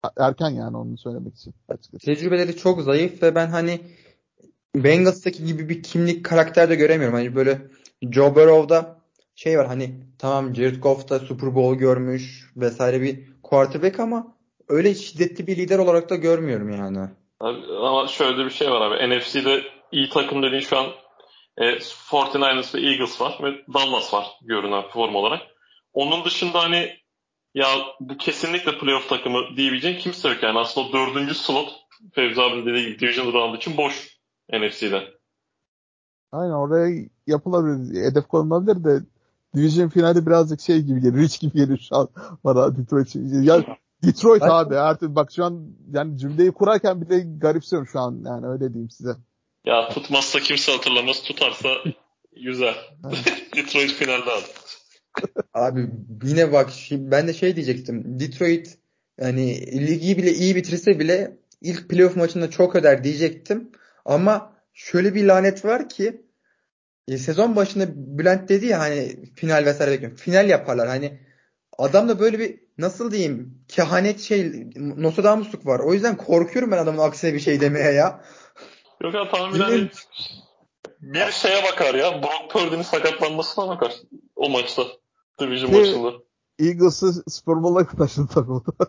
erken yani onu söylemek için. Açıkçası. Tecrübeleri çok zayıf ve ben hani Bengals'taki gibi bir kimlik karakter de göremiyorum. Hani böyle Joe Burrow'da şey var hani tamam Jared Goff da Super Bowl görmüş vesaire bir quarterback ama öyle şiddetli bir lider olarak da görmüyorum yani. Abi, ama şöyle bir şey var abi. N F C'de iyi takım dediğin şu an e, kırk dokuz ers ve Eagles var ve Dallas var görünen form olarak. Onun dışında hani ya bu kesinlikle playoff takımı diyebileceğin kimse yok yani. Aslında o dördüncü slot Fevzi abinin dediği gibi Division Round için boş N F C'de. Aynen oraya yapılabilir. Hedef konulabilir de Division finali birazcık şey gibi geliyor. Rich gibi geliyor şu an bana Detroit için. Ya Detroit Ben- abi artık bak şu an yani cümleyi kurarken bile garipsiyorum şu an yani öyle diyeyim size. Ya tutmazsa kimse hatırlamaz. Tutarsa güzel. Detroit finalde abi. Abi yine bak şi- ben de şey diyecektim. Detroit yani ligi bile iyi bitirse bile ilk playoff maçında çok öder diyecektim. Ama şöyle bir lanet var ki e, sezon başında Bülent dedi ya hani final vesaire bekliyorum. Final yaparlar. Hani adamda böyle bir nasıl diyeyim kehanet şey Nostradamusluk var. O yüzden korkuyorum ben adamın aksine bir şey demeye ya. Yok ya tahmin Yemin hani bir şeye bakar ya. Brock Purdy'nin sakatlanmasına bakar o maçta. Division Ki maçında. Eagles'ı Super Bowl'a taşıdı tabii o da.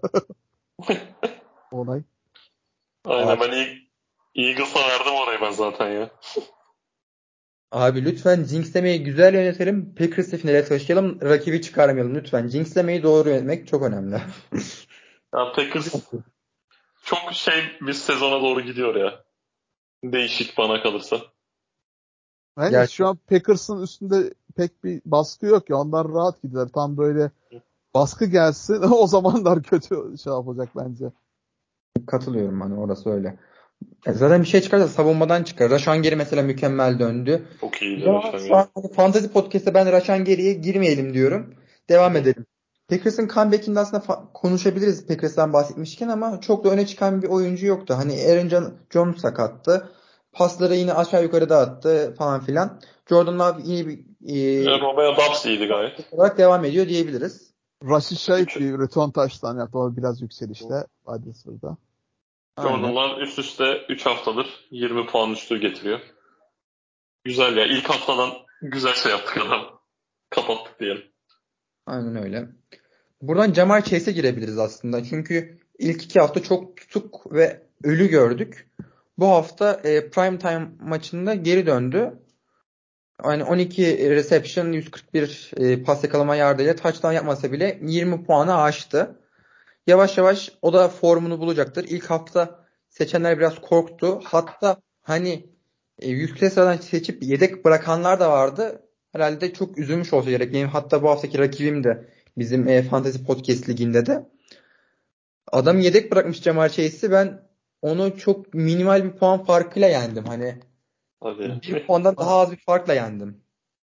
Olay. Aynen ben E- Eagles'a verdim orayı ben zaten ya. Abi lütfen jinxlemeyi güzel yönetelim. Packers'ı finale taşıyalım. Rakibi çıkarmayalım lütfen. Jinxlemeyi doğru yönetmek çok önemli. Ya Packers çok şey bir sezona doğru gidiyor ya. Değişik bana kalırsa. Yani Gerçi şu an Packers'ın üstünde pek bir baskı yok ya. Onlar rahat gidiyorlar. Tam böyle baskı gelsin o zamanlar kötü şey yapacak bence. katılıyorum hani orası öyle. E, Zaten bir şey çıkarsa savunmadan çıkar. Rashan Gary mesela mükemmel döndü. Çok iyiydi Ya Raşan şu an Gary. hani Fantasy Podcast'te ben Rashan Gary'ye girmeyelim diyorum. Devam edelim. Packers'ın comeback'inde aslında fa- konuşabiliriz Packers'tan bahsetmişken ama çok da öne çıkan bir oyuncu yoktu. Hani Aaron John, Jones sakattı. Pasları yine aşağı yukarı dağıttı falan filan. Jordan Love iyi bir E, e, Romeo Doubs iyiydi gayet. olarak devam ediyor diyebiliriz. Rashid Şahit Üç, bir return touchdown yaptı. O biraz yükselişte. Ades'burada. Aynen. Jordan'lar üst üste üç haftadır yirmi puan üstü getiriyor. Güzel ya. İlk haftadan güzel şey yaptık adam. Kapattık diyelim. Aynen öyle. Buradan Jamar Chase'e girebiliriz aslında. Çünkü ilk iki hafta çok tutuk ve ölü gördük. Bu hafta e, prime time maçında geri döndü. Yani on iki reception, yüz kırk bir e, pas yakalama yardıyla touchdown yapmasa bile yirmi puanı aştı. Yavaş yavaş o da formunu bulacaktır. İlk hafta seçenler biraz korktu. Hatta hani e, yüksek sıradan seçip yedek bırakanlar da vardı. Herhalde çok üzülmüş olsa gerek. Benim hatta bu haftaki rakibim de bizim e, Fantasy Podcast liginde de. Adam yedek bırakmış Jamar Chase'i. Ben onu çok minimal bir puan farkıyla yendim. Hani Hadi. bir puandan daha az bir farkla yendim.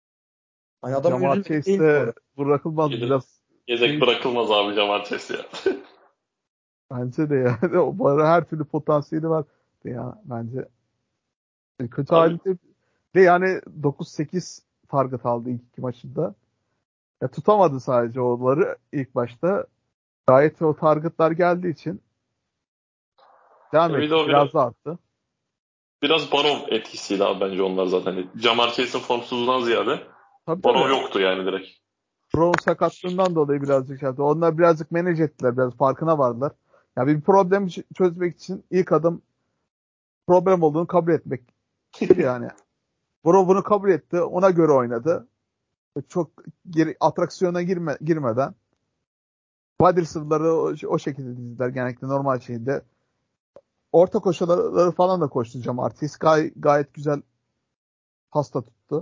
Hani adam Jamar üzülmek Chase değil bu de arada. bırakılmaz Yedek, biraz yedek şey bırakılmaz abi Jamar Chase ya. bence de yani. O bu ara her türlü potansiyeli var. Ya bence E, kötü Abi halinde de yani dokuz sekiz target aldı ilk iki maçında. Ya tutamadı sadece onları ilk başta. Gayet o targetlar geldiği için devam e bir de etti. o biraz, Biraz da arttı. biraz Barov etkisiydi abi bence onlar zaten. Hani Jamar Chase'in formsuzluğundan ziyade Tabii Barov tabii. yoktu yani direkt. Brown sakatlığından dolayı birazcık şey yaptı. Onlar birazcık manage ettiler. Biraz farkına vardılar. Ya bir problem ç- çözmek için ilk adım problem olduğunu kabul etmektir yani. Bro bunu kabul etti. Ona göre oynadı. Çok geri, atraksiyona girme, girmeden wide receiver'ları o, o şekilde dizdiler. Genellikle normal şeyinde. Orta koşuları falan da koştu Jamar Chase. Gay, gayet güzel pasta tuttu.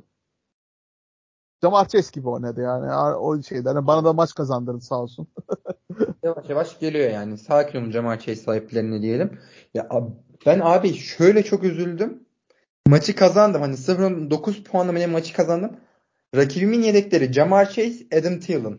Jamar Chase gibi oynadı yani. O şeyler. Bana da maç kazandırdı sağ olsun. Yavaş yavaş geliyor yani. Sakin olun Jamar Chase sahiplerini diyelim. Ya ab- ben abi şöyle çok üzüldüm. Maçı kazandım. Hani sıfır dokuz puanla mı ne maçı kazandım. Rakibimin yedekleri Jamar Chase, Adam Thielen.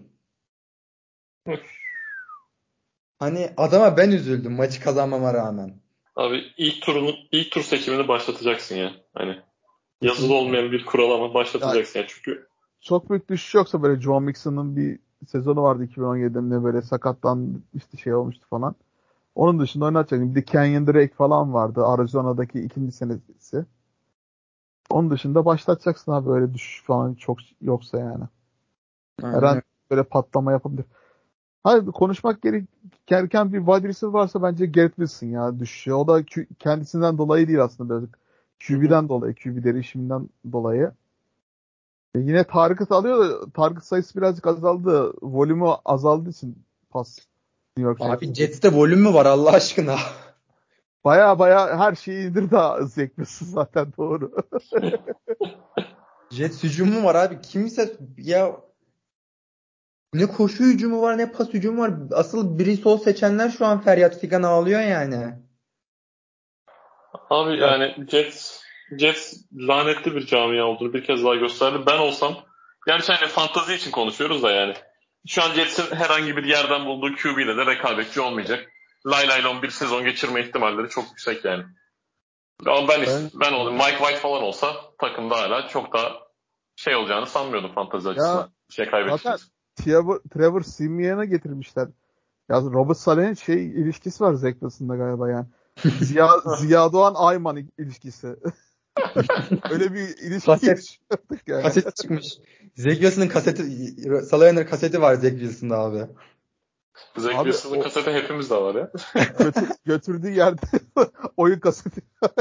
Hani adama ben üzüldüm maçı kazanmama rağmen. Abi ilk turunu ilk tur seçimini başlatacaksın ya. Hani yazılı Kesinlikle. olmayan bir kural ama Ya, başlatacaksın ya. Çünkü çok büyük düşüş yoksa böyle Joe Mixon'ın bir sezonu vardı iki bin on yedide böyle sakatlandı işte şey olmuştu falan. Onun dışında oynatacak. Bir de Kenyon Drake falan vardı. Arizona'daki ikinci senesi. Onun dışında başlatacaksın abi, böyle düşüş falan çok yoksa yani. Her an böyle patlama yapabilir. Hayır, konuşmak gereken bir wide receiver varsa bence Garrett Wilson ya düşüyor. O da Q- kendisinden dolayı değil aslında, birazcık Q B'den dolayı, Q B değişiminden dolayı. E yine target alıyor da target sayısı birazcık azaldı. Volümü azaldığı için pas New York Abi Jets'te. Jets'te volüm mü var Allah aşkına? Baya baya her şeyi indirdi Zach Wilson zaten, doğru. Jets hücumu var abi. Kimse ya, ne koşu hücumu var ne pas hücumu var. Asıl biri sol seçenler şu an feryat figan ağlıyor yani. Abi yani Jets, Jets lanetli bir camia olduğunu bir kez daha gösterdi. Ben olsam, gerçi hani fantazi için konuşuyoruz da yani. Şu an Jets'in herhangi bir yerden bulduğu Q B ile de rekabetçi olmayacak. Lay lay lon bir sezon geçirme ihtimalleri çok yüksek yani. Ama ben Ben, ben olayım, Mike White falan olsa takımda hala çok daha şey olacağını sanmıyordum fantazi açısından. ya Bir şey kaybedeceğiz. zaten Trevor, Trevor Siemian'a getirmişler. Ya Robert Saleh'in şey ilişkisi var Zach Wilson'da galiba yani. Ziya, Ziya Doğan Ayman ilişkisi. Öyle bir ilişki Kaset, yaşadık yani. kaset çıkmış. Zach Wilson'ın kaseti, Salahaner'in kaseti var Zach Wilson'da abi. Zach Abi Wilson'ın o kaseti hepimizde var ya. götür, götürdüğü yerde oyun kaseti.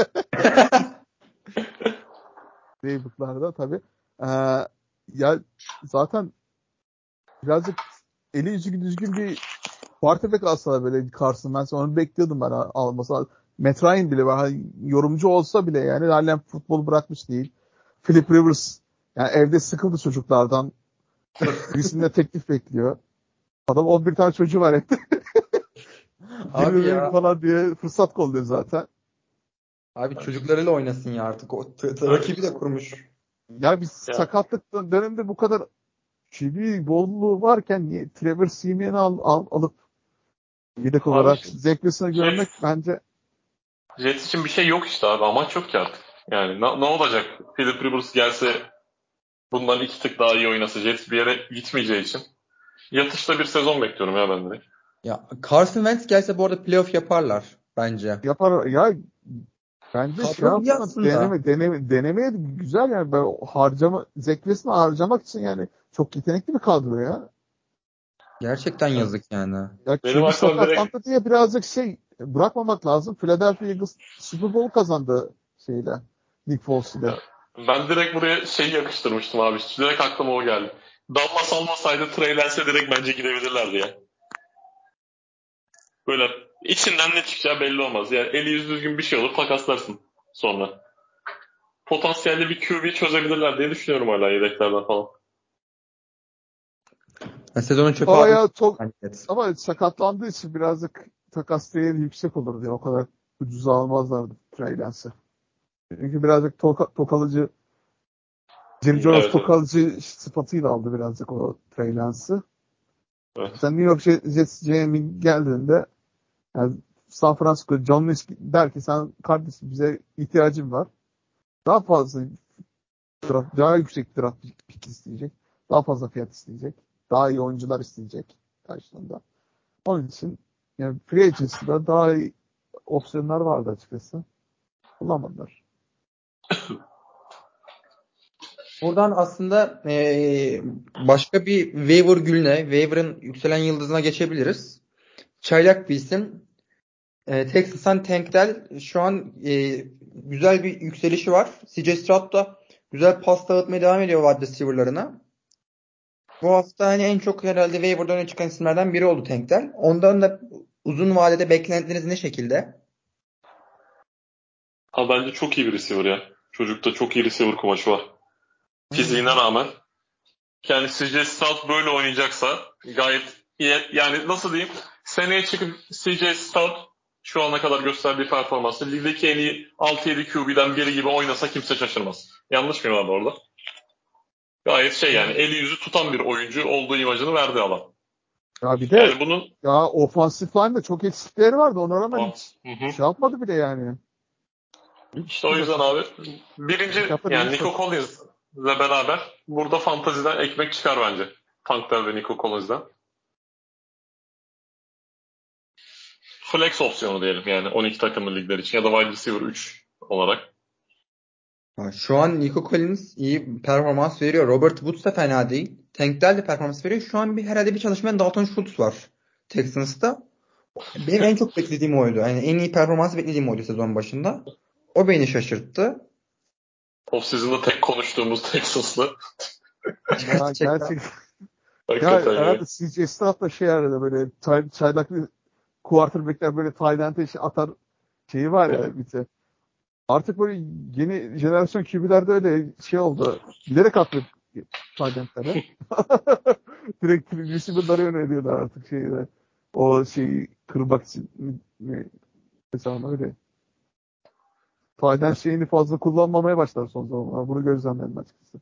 Facebook'larda tabii. Ee, ya zaten birazcık eli yüzü düzgün bir quarterback aslında, böyle Carson Wentz, onu bekliyordum ben alması. Matt Ryan bile var. Hani yorumcu olsa bile yani halen futbolu bırakmış değil. Philip Rivers yani evde sıkıldı çocuklardan. Birisinde teklif bekliyor. Adam on bir tane çocuğu var evde. Abi Gelin ya, falan diye fırsat kolluyor zaten. abi çocuklarıyla oynasın ya artık. O t- t- rakibi de kurmuş. Ya bir Ya, sakatlık döneminde bu kadar Q B bolluğu varken niye Trevor Siemian'ı al, al, alıp yedek abi olarak Zach Wilson'ı görmek Jets, bence Jets için bir şey yok işte abi. Amaç yok ki artık. Yani ne, ne olacak? Philip Rivers gelse bundan iki tık daha iyi oynasa, Jets bir yere gitmeyeceği için. Yatışta bir sezon bekliyorum ya ben direkt. Ya Carson Wentz gelse bu arada playoff yaparlar bence. yapar ya. Bence şey Kadro iyi yapma, aslında. deneme, deneme, denemeye de güzel yani. Ben harcama, Zach Wilson'ı harcamak için yani çok yetenekli bir kadro ya. Gerçekten Yani yazık yani. Ya benim Q B aklıma direkt sakatlandı diye birazcık şey bırakmamak lazım. Philadelphia Eagles Super Bowl kazandı şeyle. Nick Foles ile. ben direkt buraya şey yakıştırmıştım abi. Direkt aklıma o geldi. Dallas almasaydı, Trey Lance'e direkt bence gidebilirlerdi ya. Böyle içinden ne çıkacağı belli olmaz. Yani eli yüzü düzgün bir şey olur, takaslarsın sonra. Potansiyelli bir Q B çözebilirler diye düşünüyorum hala yedeklerden falan. Ya sezonu çöpe Ama almış ya çok bence. ama sakatlandığı için birazcık takas değeri yüksek olur diye o kadar ucuza almazlardı Trey Lance'i. Çünkü birazcık toka, tokalıcı Jim Jones Evet, evet. tokalıcı sıfatıyla aldı birazcık o Trey Lance'ı. Evet. Sen New York Jets G M'in geldiğinde yani San Francisco John Lynch der ki sen kardeşim bize ihtiyacın var. Daha fazla draft, daha yüksek draft pick isteyecek. Daha fazla fiyat isteyecek. Daha iyi oyuncular isteyecek karşılığında. Onun için yani free agency'da daha iyi opsiyonlar vardı açıkçası. Kullanmadılar. Buradan aslında eee, başka bir waiver gülüne, waiver'ın yükselen yıldızına geçebiliriz. Çaylak bir isim. Eee Texas'tan Tank Dell şu an eee, güzel bir yükselişi var. C J Stroud da güzel pas dağıtmaya devam ediyor wide receiver'larına. Bu hafta hani en çok herhalde waiver'dan öne çıkan isimlerden biri oldu Tank Dell. Ondan da uzun vadede beklentiniz ne şekilde? Ha, bence çok iyi bir receiver ya. Çocukta çok iyi receiver kumaşı var. Aynen. Fiziğine rağmen. Yani C J Stroud böyle oynayacaksa gayet iyi. Yani nasıl diyeyim? Seneye çıkıp C J Stroud şu ana kadar gösterdiği performansı ligdeki en iyi altı yedi Q B'den biri gibi oynasa kimse şaşırmaz. Yanlış mıyım abi orada? Gayet şey yani eli yüzü tutan bir oyuncu olduğu imajını verdi adam. Ya bir de Yani bunun ya offensive line'da çok eksikleri vardı. Ona rağmen oh, hiç hı hı. şey yapmadı bile yani. Hiç İşte o yüzden abi birinci Pickup'ları yani ilginç Nico taşıdı. Collins'le beraber burada fantaziden ekmek çıkar bence. Tank Dell ve Nico Collins'den. flex opsiyonu diyelim yani on iki takımlı ligler için ya da wide receiver üç olarak. Ha, şu an Nico Collins iyi performans veriyor. Robert Woods da fena değil. Tank Dell de performans veriyor. Şu an bir herhalde bir çalışmayan Dalton Schultz var Texans'ta. Benim en çok beklediğim oydu. Yani en iyi performansı beklediğim oydu sezon başında. O beni şaşırttı. Off-season'da tek konuştuğumuz Texans'lı. Ya Gerçekten. gerçekten. Ya Hakikaten yani. herhalde C J Stroud da şey arada böyle çay, çaylaklı quarterback'ler böyle tight end'e şey atar şeyi var ya bir de. Artık böyle yeni jenerasyon Q B'lerde öyle şey oldu. Bilerek atıyor tight end'lere. Direkt receiver'lara yöneliyorlar artık şeyde. O şeyi kırmak için mi? Mesela öyle. Tight end şeyini fazla kullanmamaya başlar son zamanlarda. Bunu gözlemledim açıkçası.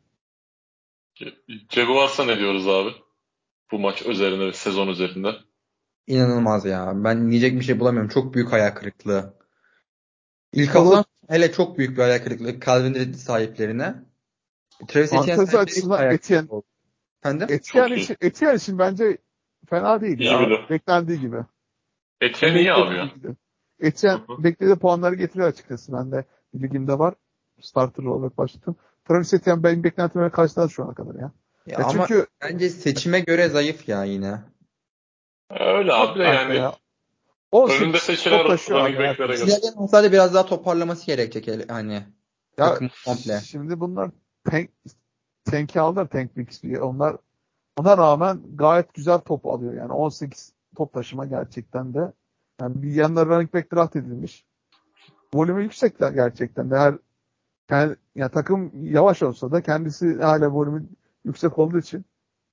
Jaguars'a ne diyoruz abi? Bu maç üzerinde ve sezon üzerinde. İnanılmaz ya. Ben diyecek bir şey bulamıyorum. Çok büyük hayal kırıklığı. İlk Olur. hafta hele çok büyük bir hayal kırıklığı Calvin Ridley sahiplerine. Travis Etienne Fantezi sahipleri açısından hayal Etienne, kırıklığı oldu. Efendim? Etienne Çok iyi. için, Etienne için bence fena değil İyi ya. bir de. Beklendiği gibi. Etienne iyi abi ya. Etienne Hı hı. beklediği puanları getiriyor açıkçası. Ben de ligimde var. Starter olarak başladım. Travis Etienne benim beklentimle karşıladı şu ana kadar ya. Ya Ya ama çünkü bence seçime göre zayıf ya yine. Öyle abi de kanka yani ya. on önünde sekiz seçilen top taşıyor abi running back'lere herkes. göre. İlerleyen haftalarda biraz daha toparlaması gerekecek el- hani Ya takım komple. şimdi bunlar tank, tank'i aldılar Tank Bigs diye. Onlar ona rağmen gayet güzel top alıyor. Yani on sekiz top taşıma gerçekten de. Yani bir yandan running back draft edilmiş. Volümü yüksekler gerçekten de. Her yani, yani takım yavaş olsa da kendisi hala volümü yüksek olduğu için.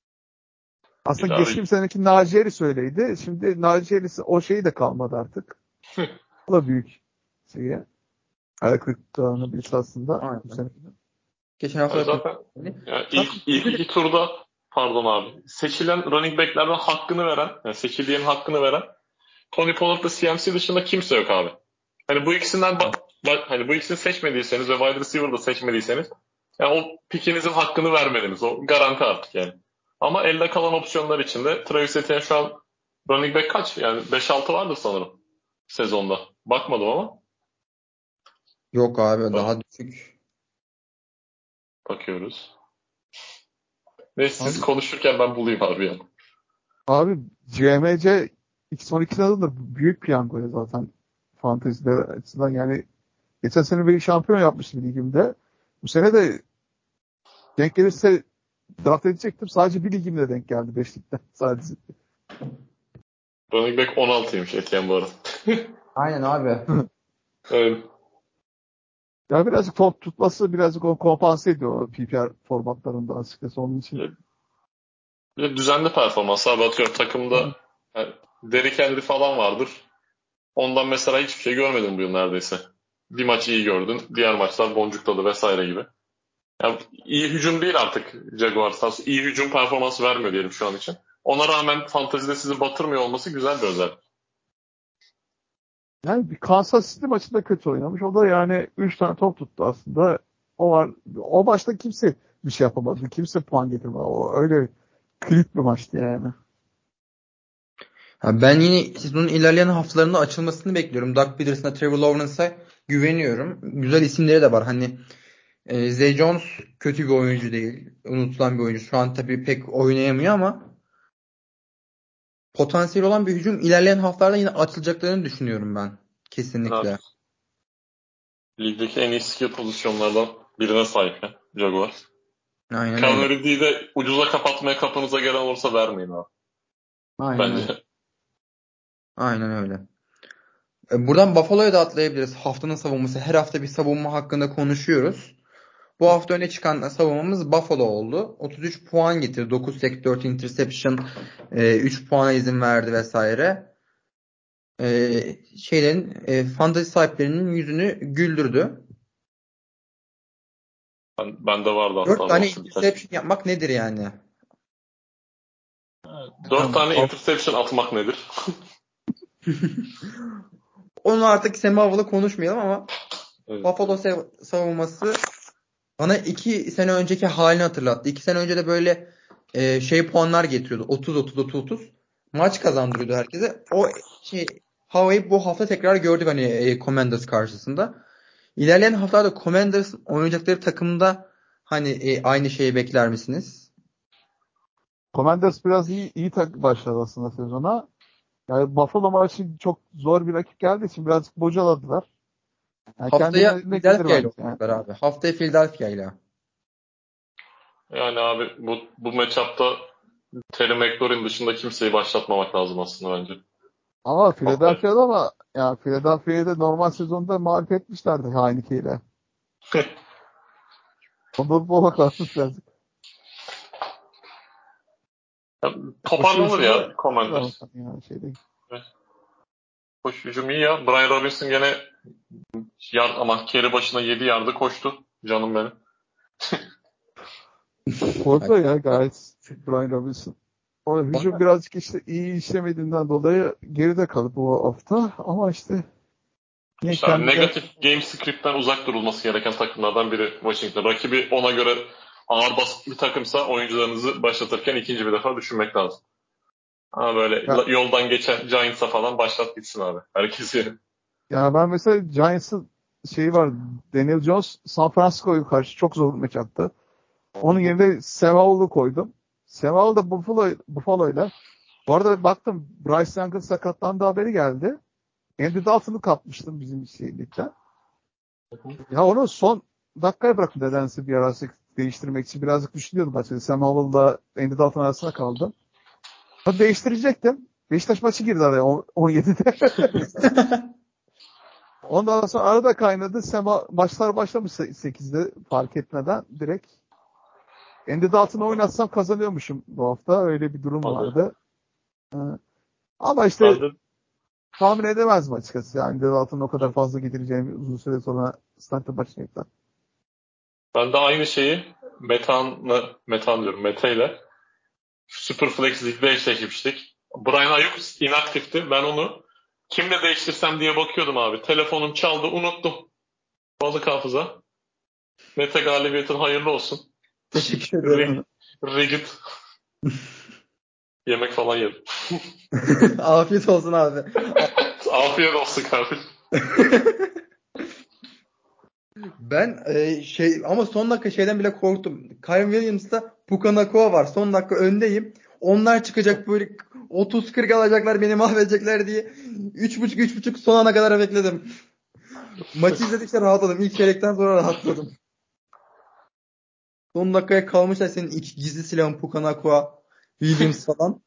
Bir Aslında daha geçtiğim seneki Naci Eris öyleydi. Şimdi Naci Eris o şeyi de kalmadı artık. O da büyük şeye. Ayak kırıklığını birisi aslında bu Aynen. seneki. Geçen Abi hafta zaten yani ilk, ilk iki turda pardon abi seçilen running back'lerden hakkını veren yani seçildiğinin hakkını veren Tony Pollard'la C M C dışında kimse yok abi. Hani bu ikisinden ba- ba- hani bu ikisini seçmediyseniz ve wide receiver'da seçmediyseniz yani o pikinizin hakkını vermediniz. O garanti artık yani. Ama elde kalan opsiyonlar içinde Travis Etienne şu an running back kaç? Yani beş altı vardır sanırım sezonda. Bakmadım ama. yok abi Bak, daha düşük. bakıyoruz. Neyse siz Abi, konuşurken ben bulayım abi yani. abi C M C X on ikinin adı da büyük piyango ya zaten. Fanteziler açısından yani geçen sene bir şampiyon yapmıştım ligimde. Bu sene de denk gelirse draft edecektim. Sadece bir ligimde denk geldi beşlikten sadece. Running back on altıymış Etienne bu arada. Aynen abi. Evet. Ya birazcık top tutması birazcık o kompanse ediyor o P P R formatlarında açıkçası onun için. Bir de düzenli performans abi atıyorum takımda yani Derrick Henry falan vardır. Ondan mesela hiçbir şey görmedim bu yıl neredeyse. Bir maç iyi gördün, diğer maçlar boncukladı vesaire gibi. Yani iyi hücum değil artık Jaguars'tan. İyi hücum performansı vermiyor diyelim şu an için. Ona rağmen fantezide sizi batırmıyor olması güzel bir özellik. Yani bir Kansas City maçında kötü oynamış. O da yani üç tane top tuttu aslında. O var. O maçta kimse bir şey yapamadı. Kimse puan getirmedi. O öyle kilit bir maçtı yani. Ha, ben yine sezonun ilerleyen haftalarında açılmasını bekliyorum. Doug Peterson'a, Trevor Lawrence'a güveniyorum. Güzel isimleri de var. Hani e, Zay Jones kötü bir oyuncu değil. Unutulan bir oyuncu. Şu an tabii pek oynayamıyor ama potansiyel olan bir hücum ilerleyen haftalarda yine açılacaklarını düşünüyorum ben. Evet. Kesinlikle. Ligdeki en iyi skill pozisyonlardan birine sahip ya Jaguars. Aynen öyle. Calvin Ridley'i de ucuza kapatmaya kapınıza gelen olursa vermeyin abi. Aynen öyle. Bence. Aynen öyle. E, Buradan Buffalo'ya da atlayabiliriz. Haftanın savunması. Her hafta bir savunma hakkında konuşuyoruz. Bu hafta öne çıkan savunmamız Buffalo oldu. otuz üç puan getirdi. dokuz sack, dört interception, e, üç puana izin verdi vesaire. E, şeylerin e, fantasy sahiplerinin yüzünü güldürdü. Ben, bende vardı dört hatta bu tane hafta birkaç. interception yapmak nedir yani? Dört Yani, tane interception atmak nedir? Onu artık semavlı konuşmayalım ama Evet. Buffalo sev- savunması bana iki sene önceki halini hatırlattı. İki sene önce de böyle e, şey puanlar getiriyordu. otuz otuz otuz otuz. Maç kazandırıyordu herkese. O şey havayı bu hafta tekrar gördük hani e, Commanders karşısında. İlerleyen haftalarda Commanders'ın oynayacakları takımda hani e, aynı şeyi bekler misiniz? Commanders biraz iyi iyi tak başladı aslında sezona. Yani Buffalo maçı çok zor bir rakip geldiği için birazcık bocaladılar. Yani Haftaya kendilerine gelir Philadelphia ile bence. Yani. oynayacaklar abi. Haftaya Philadelphia ile. Yani abi bu, bu matchup'ta Terry McLaurin dışında kimseyi başlatmamak lazım aslında bence. Ama Haftaya. Philadelphia'da ama ya Philadelphia'yı da normal sezonda mağlup etmişlerdi Heineke ile. Onu bulmak lazım birazcık. Koşu Toparlanır hücumu ya Commanders. yani şey değil. Koşu hücumu iyi ya. Brian Robinson gene yard ama kere başına yedi yardı koştu. Canım benim. Orada ya gayet Brian Robinson. O hücum Bana birazcık işte iyi işlemediğinden dolayı geride kaldı bu hafta. Ama işte yine İşte abi, kendileri negatif game script'ten uzak durulması gereken takımlardan biri Washington. Rakibi ona göre ağır baskı bir takımsa oyuncularınızı başlatırken ikinci bir defa düşünmek lazım. Ama böyle ya, la- yoldan geçen Giants'a falan başlat gitsin abi. Herkesi. ya ben mesela Giants'ın şeyi var. Daniel Jones San Francisco'yu karşı çok zor bir maç attı. Onun yerine Sam Howell'u koydum. Sam Howell da Buffalo, Buffalo'yla. Bu arada baktım Bryce Young'ın sakatlandığı haberi geldi. Andy Dalton'u kapmıştım bizim şeylikten. Ya onu son dakikaya bıraktım nedense bir arası değiştirmek için. Birazcık düşünüyordum açıkçası. Sam Howell'la Andy Dalton arasında kaldım. Ben değiştirecektim. Beşiktaş maçı girdi araya on yedide. Ondan sonra arada kaynadı. Sam, maçlar başlamış sekizde fark etmeden direkt. Andy Dalton'u oynatsam kazanıyormuşum bu hafta. Öyle bir durum Hadi. vardı. Ee, Ama Ben işte de, tahmin edemezdim açıkçası. Yani Andy Dalton'un o kadar fazla getireceğimi uzun süre sonra startta başlayacaklar. ben de aynı şeyi Metan'la, Metan diyorum, Mete ile Superflex Lig'de eşleşmiştik. Brian Ayuk inaktifti. Ben onu kimle değiştirsem diye bakıyordum abi. Telefonum çaldı, unuttum. Balık hafıza. Mete galibiyetin hayırlı olsun. teşekkür Rig, ederim. Rigid yemek falan yedim. Afiyet olsun abi. Afiyet olsun kardeşim. Ben e, şey ama son dakika şeyden bile korktum. Kyren Williams'ta Puka Nacua var. Son dakika öndeyim. Onlar çıkacak böyle otuz kırk alacaklar beni mahvedecekler diye üç buçuk üç buçuk son ana kadar bekledim. Maçı izledikçe rahatladım. İlk çeyrekten sonra rahatladım. Son dakikaya kalmışlar senin iki gizli silahın Puka Nacua, Williams falan.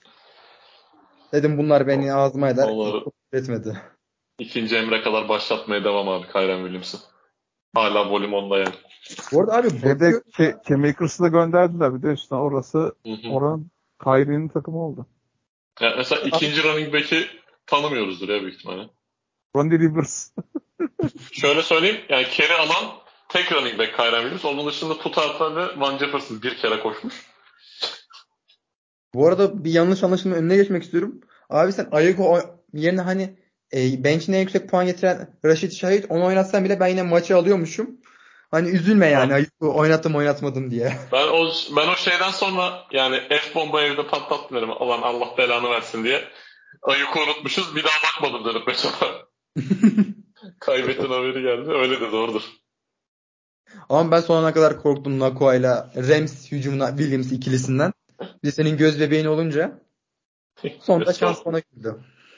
Dedim bunlar beni ağzıma eder. Onları Etmedi. ikinci emre kadar başlatmaya devam abi Kyren Williams'ı. Hala volüm onda yani. Bu arada abi Evde bakıyor. Ke K-Makers'ı da gönderdiler. Bir de üstüne orası Hı hı. oranın Kyrie'nin takımı oldu. Yani mesela ikinci running back'i tanımıyoruzdur ya büyük ihtimalle. Ronnie Rivers. Şöyle söyleyeyim, yani carry alan tek running back Kyren Williams. Onun dışında tutarsa ve Van Jefferson bir kere koşmuş. Bu arada bir yanlış anlaşılma önüne geçmek istiyorum. Abi sen Ayako yerine hani e, bench'ine en yüksek puan getiren Rashid Şahit onu oynatsan bile ben yine maçı alıyormuşum. Hani üzülme yani Ha. Ayako oynattım oynatmadım diye. Ben o ben o şeyden sonra yani F-bomba evde patlattım dedim. Alan Allah belanı versin diye. Ayık'ı unutmuşuz. Bir daha bakmadım dedim mesela. Kaybettin haberi geldi. Öyle de doğrudur. Ama ben sonuna kadar korktum Nakua ile Rams hücumuna Williams ikilisinden. Bir de senin göz bebeğin olunca sonunda şans Estağfurullah. bana güldü.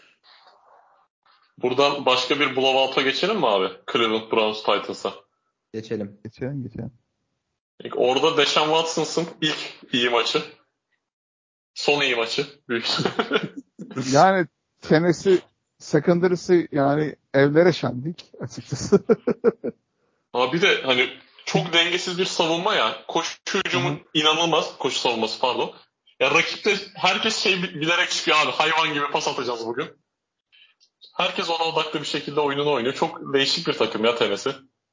Buradan başka bir blowout'a geçelim mi abi? Cleveland Browns Titans'a. Geçelim. Geçelim geçelim. İlk orada Deshaun Watson'sın ilk iyi maçı. Son iyi maçı. Büyük. Yani Tennessee secondary'si yani evlere şendik açıkçası. Ama bir de hani çok dengesiz bir savunma ya. Koşu hücumu inanılmaz. Koşu savunması pardon. Ya rakipte herkes şey bilerek çıkıyor abi. Hayvan gibi pas atacağız bugün. Herkes ona odaklı bir şekilde oyununu oynuyor. Çok değişik bir takım ya Tennessee.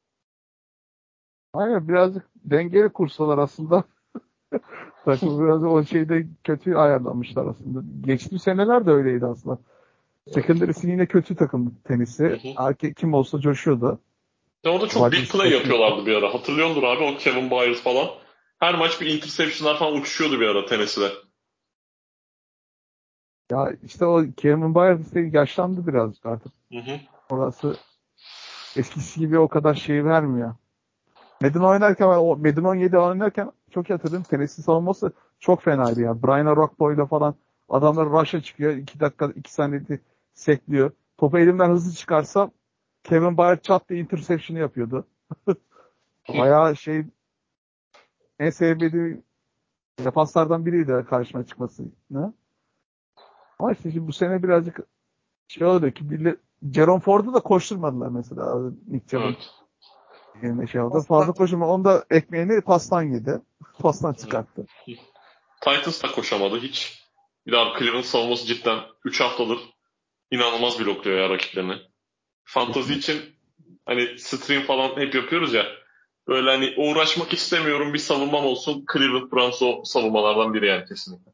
Aynen birazcık dengeli kursalar aslında. Takım biraz o şeyde kötü ayarlamışlar aslında. Geçtiği seneler de öyleydi aslında. Secondary'si yine kötü takım Hı tenisi. hı. Erkek kim olsa coşuyordu. Ya orada çok big Rodgers play coşuyordu. yapıyorlardı bir ara. Hatırlıyordur abi o Kevin Byard falan. Her maç bir interception'lar falan uçuşuyordu bir ara Tennessee'de. Ya işte o Kevin Byard yaşlandı birazcık artık. Hı hı. Orası eskisi gibi o kadar şey vermiyor. Madden oynarken ben o Madden on yedi oynarken çok iyi hatırlıyorum. Tennessee savunması çok fenaydı ya. Brian Rockboy'la falan adamlar rush'a çıkıyor. iki dakika iki saniyede sekliyor. Topu elimden hızlı çıkarsam Kevin Byard çat diye interception yapıyordu. Bayağı şey en sevmediğim defanslardan biriydi karşıma çıkması. Ne? Ama işte şimdi bu sene birazcık şey oldu ki bile Jerome Ford'u da koşturmadılar mesela. Nick Chubb'ın Evet. yerine şey oldu. Aslında Fazla koşturma. Onu da ekmeğini pastan yedi. Pastan çıkarttı. Titans da koşamadı hiç. Bir daha Cleveland savunması cidden üç haftadır inanılmaz blokluyor ya rakiplerini. Fantasy Kesinlikle. için hani stream falan hep yapıyoruz ya. Böyle hani uğraşmak istemiyorum bir savunmam olsun. Cleveland Browns o savunmalardan biri yani kesinlikle.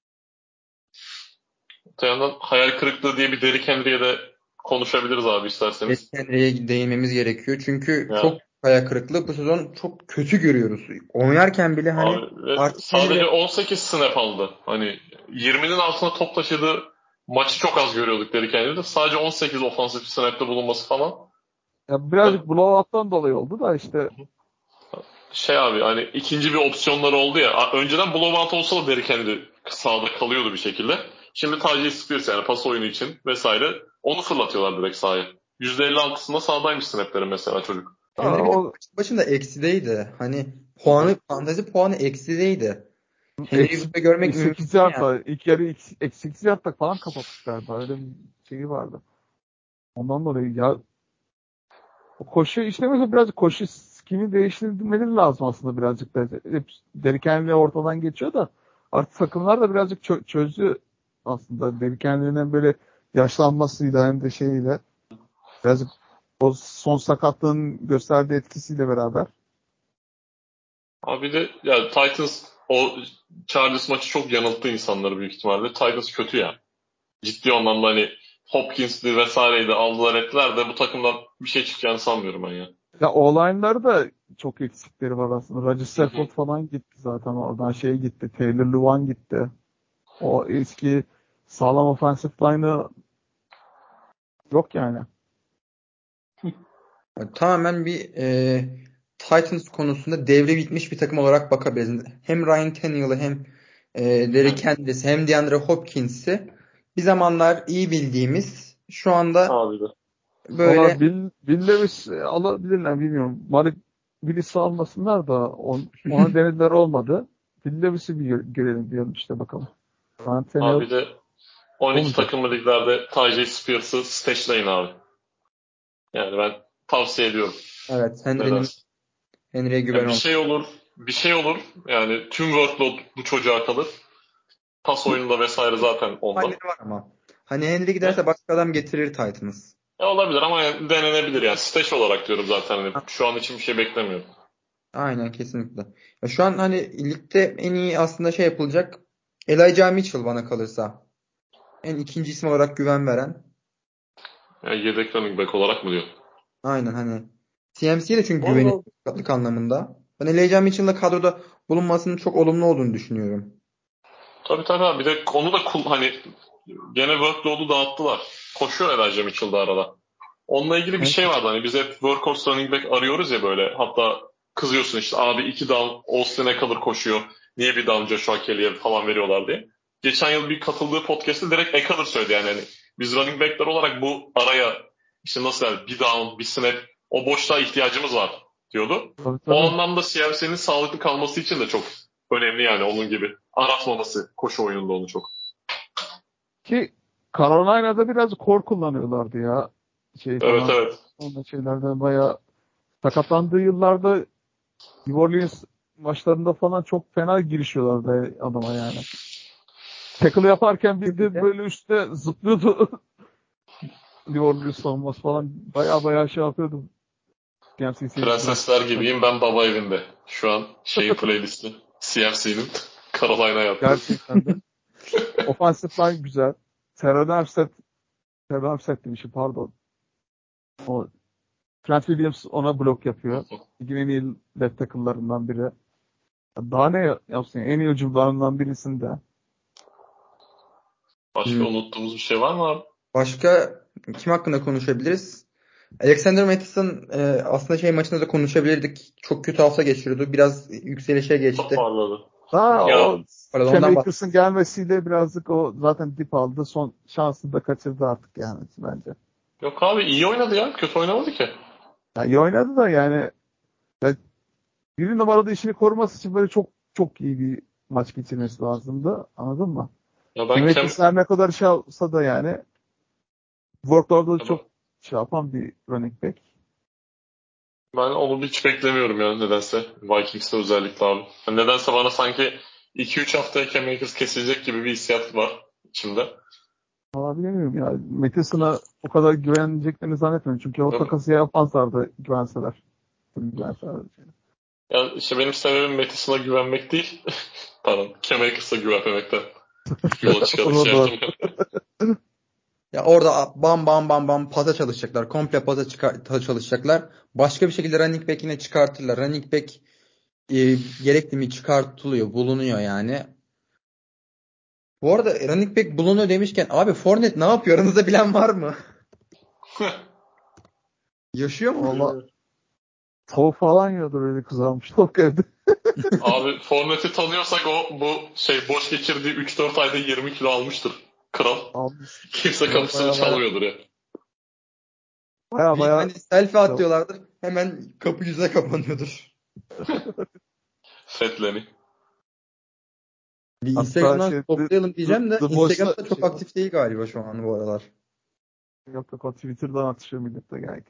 Öte yandan hayal kırıklığı diye bir Derrick Henry'e de konuşabiliriz abi Derrick isterseniz. Henry'e değinmemiz gerekiyor. Çünkü Yani çok hayal kırıklığı bu sezon çok kötü görüyoruz. Oynarken bile hani abi ve artık Henry sadece on sekiz snap aldı. Hani yirminin altına top taşıdığı maçı çok az görüyorduk Derrick Henry'de. Sadece on sekiz ofansif snap'te bulunması falan. Ya birazcık blowout'tan dolayı oldu da işte Şey abi hani ikinci bir opsiyonları oldu ya. Önceden blowout olsa da Derrick Henry sahada kalıyordu bir şekilde. Şimdi Tyjae Spears yani pas oyunu için vesaire onu fırlatıyorlar direkt sahaya. yüzde elli altısında sahadaymış snaplerin mesela çocuk. Henry bir de o maçın başında eksideydi. Hani Hı hı. puanı, fantezi puanı eksideydi. Henry'i eksi böyle görmek sekiz mümkün yani. yardla ilk yarı eksi sekiz yardla falan kapatmış galiba. Öyle bir şeyi vardı. Ondan dolayı ya o koşu işte mesela birazcık koşu skill'i değiştirmeleri lazım aslında birazcık da. Hep Derrick Henry ortadan geçiyor da artık takımlar da birazcık çö- çözdü aslında. Derrick Henry'nin böyle yaşlanmasıyla hem de şeyiyle birazcık o son sakatlığın gösterdiği etkisiyle beraber. Abi de ya Titans o Chargers maçı çok yanılttı insanları büyük ihtimalle. Titans kötü ya. Ciddi anlamda hani Hopkins'li vesaireydi aldılar ettiler de bu takımdan bir şey çıkacağını sanmıyorum ben ya. Ya o-line'larda da çok eksikleri var aslında. Roger Stafford falan gitti zaten oradan şey gitti. Taylor Lewan gitti. O eski sağlam offensive line'ı yok yani. Yani tamamen bir e, Titans konusunda devre bitmiş bir takım olarak bakabiliriz. Hem Ryan Tannehill'ı hem e, Derrick Evet. Henry'si hem DeAndre Hopkins'i bir zamanlar iyi bildiğimiz şu anda Abi de. böyle Valla Bill, Bill Levis alabilirler bilmiyorum. Malik Willis'i almasınlar da on, ona denediler olmadı. Bill Levis'i bir gö- görelim diyorum işte bakalım. Ryan Tannehill Abi de on iki olmayacak. takımlı liglerde Tyjae Spears'ı stashleyin abi. Yani ben tavsiye ediyorum. evet Ne Henry'nin dersin? Henry'e Ya güven bir oldu. şey olur, bir şey olur. Yani tüm workload bu çocuğa kalır. Pas oyununda vesaire zaten onda. Halleri var ama. Hani Henry Ne? giderse başka adam getirir Titans. E olabilir ama yani denenebilir yani. Stash olarak diyorum zaten. Hani şu an için bir şey beklemiyorum. Aynen kesinlikle. Ya şu an hani ligde en iyi aslında şey yapılacak Elijah Mitchell bana kalırsa. En ikinci isim olarak güven veren. Yani yedek running back olarak mı diyor? Aynen hani C M C'ye de çünkü güveniyorum Vallahi sakatlık anlamında. Ben Elijah Mitchell'ın da kadroda bulunmasının çok olumlu olduğunu düşünüyorum. tabii tabii abi. Bir de onu da kul hani gene workload'u dağıttılar. Koşuyor Elijah Mitchell'da arada. Onunla ilgili bir Evet. şey vardı. Hani biz hep workhorse running back arıyoruz ya böyle. Hatta kızıyorsun işte abi iki down Austin Eckler koşuyor. Niye bir down Joshua Kelly'e falan veriyorlar diye. Geçen yıl bir katıldığı podcast'te direkt Eckler söyledi yani. Hani biz running back'ler olarak bu araya işte nasıl yani bir down, bir snap o boşluğa ihtiyacımız var diyordu. Tabii O tabii. anlamda C M C'nin sağlıklı kalması için de çok önemli yani onun gibi. Aratmaması koşu oyununda onu çok. Ki Carolina'da biraz kor kullanıyorlardı ya. Şey Evet falan. evet. Onunla şeylerde bayağı sakatlandığı yıllarda New Orleans maçlarında falan çok fena girişiyorlardı adama yani. Tackle yaparken bildiğin böyle üstte zıplıyordu. New Orleans savunması falan bayağı bayağı şey yapıyordu. C M C seyirciler. Prensesler gibiyim ben baba evinde. Şu an şeyin playlisti. C M C'nin Carolina yaptı. Gerçekten de. Offensive line güzel. Teron Armstead, Teron Armstead demişim pardon. O Trent Williams ona blok yapıyor. Ligin en iyi left tackle'larından biri. Daha ne yapsın? En iyi hücumlarından birisinde. Başka Hmm. unuttuğumuz bir şey var mı abi? Başka kim hakkında konuşabiliriz? Alexander Mattison e, aslında şey maçında da konuşabilirdik. Çok kötü hafta geçiriyordu. Biraz yükselişe geçti. Toparladı. Ha Ya o Pardon, Cam ondan bahsedeyim. Akers'ın gelmesiyle birazcık o zaten dip aldı. Son şansını da kaçırdı artık yani bence. yok abi iyi oynadı ya. Kötü oynamadı ki. Ya iyi oynadı da yani ya bir numarada işini koruması için böyle çok çok iyi bir maç geçirmesi lazımdı. Anladın mı? Ya Cam ben Cam, Akers her ne kadar şey olsa da yani workload'da ya çok şey yapan bir running back. ben onu hiç beklemiyorum ya nedense. Vikings'te özellikle abi. Yani nedense bana sanki iki üç haftaya Cam Akers kesilecek gibi bir hissiyat var içimde. Valla bilmiyorum ya. Mattison'a o kadar güveneceklerini zannetmiyorum. Çünkü o Ya, takası yapmazlardı güvenseler. Güvenseler. ya işte benim sebebim Mattison'a güvenmek değil. Pardon. Cam Akers'a güvenmemekten. Yola çıkarak O şey da yaptım. Ya orada bam bam bam bam pasa çalışacaklar. Komple pasa çıkar çalışacaklar. Başka bir şekilde running back yine çıkartırlar. Running back e, gerekli mi çıkartılıyor, bulunuyor yani. Bu arada running back bulunuyor demişken abi Fournette ne yapıyor? Aranızda bilen var mı? Yaşıyor mu? Valla tavuk falan yiyordur öyle kızarmış tavuk evde. Abi Fournette'i tanıyorsak o bu şey boş geçirdiği üç dört ayda yirmi kilo almıştır. Kral. Almış. Kimse Baya kapısını baya baya çalmıyordur ya. baya Bir baya hani selfie atıyorlardır. Hemen kapı yüzüne kapanıyordur. Fetleni. Bir hatta Instagram'dan şey The, toplayalım The, diyeceğim de The Voice'la Instagram'da çok şey, aktif değil galiba şu an bu aralar. yok yok o Twitter'dan atışıyor millete gerek.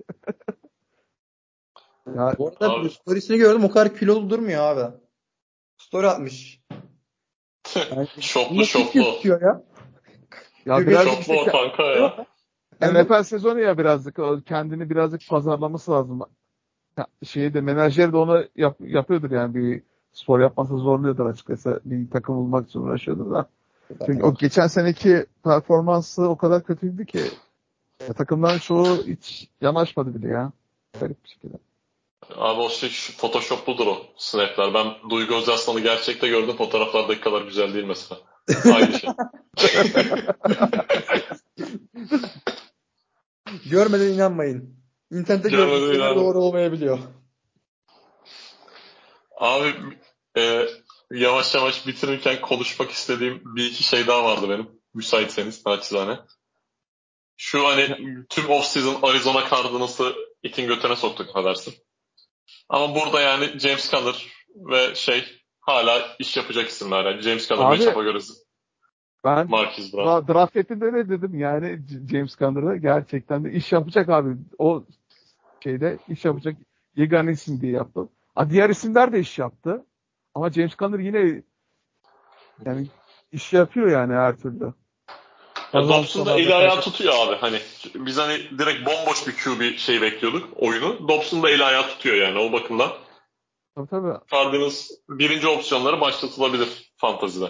Ya, Bu arada bir Abi storiesini gördüm, o kadar kilolu durmuyor abi. Story atmış. Yani şoplu nasıl şoplu. gözüküyor ya? ya Göbeği birazcık Şoplu işte o ke- kanka ya. kendi N F L sezonu ya birazcık o kendini birazcık pazarlaması lazım. Ya, şeyi de menajer de onu yap, yapıyordur yani bir spor yapması zorluyordur açıkçası. Bir takım bulmak için uğraşıyordur da. Çünkü o geçen seneki performansı o kadar kötüydü ki ya, takımların çoğu hiç yanaşmadı bile ya. Garip bir şekilde. Abi o şey şu- photoshopludur o snapler. Ben Duygu Özaslan'ı gerçekte gördüm. Fotoğraflardaki kadar güzel değil mesela. Aynı şey. görmeden inanmayın. İnternette gördüğünüz Görmedim şeyler yani. doğru olmayabiliyor. Abi e, yavaş yavaş bitirirken konuşmak istediğim bir iki şey daha vardı benim. Müsaitseniz naçizane. Şu hani Ya, tüm off-season Arizona Cardinals'ı itin götüne soktuk habersin. Ama burada yani James Conner ve şey hala iş yapacak isimler. Yani James Conner abi matchup'a göre ben Marquise Brown. dra- draft ettiğimde ne dedim yani J- James Conner'da gerçekten de iş yapacak abi. O şeyde iş yapacak yegane isim diye yaptım. A, diğer isimler de iş yaptı. Ama James Conner yine yani iş yapıyor yani her türlü. Ya Kazan Dobbs'un son da anda eli ayağı kaybet. tutuyor abi. Hani biz hani direkt bomboş bir Q B şey bekliyorduk oyunu. Dobbs'un da eli ayağı tutuyor yani o bakımdan. Tabii tabii. Cardinals birinci opsiyonları başlatılabilir fantazide.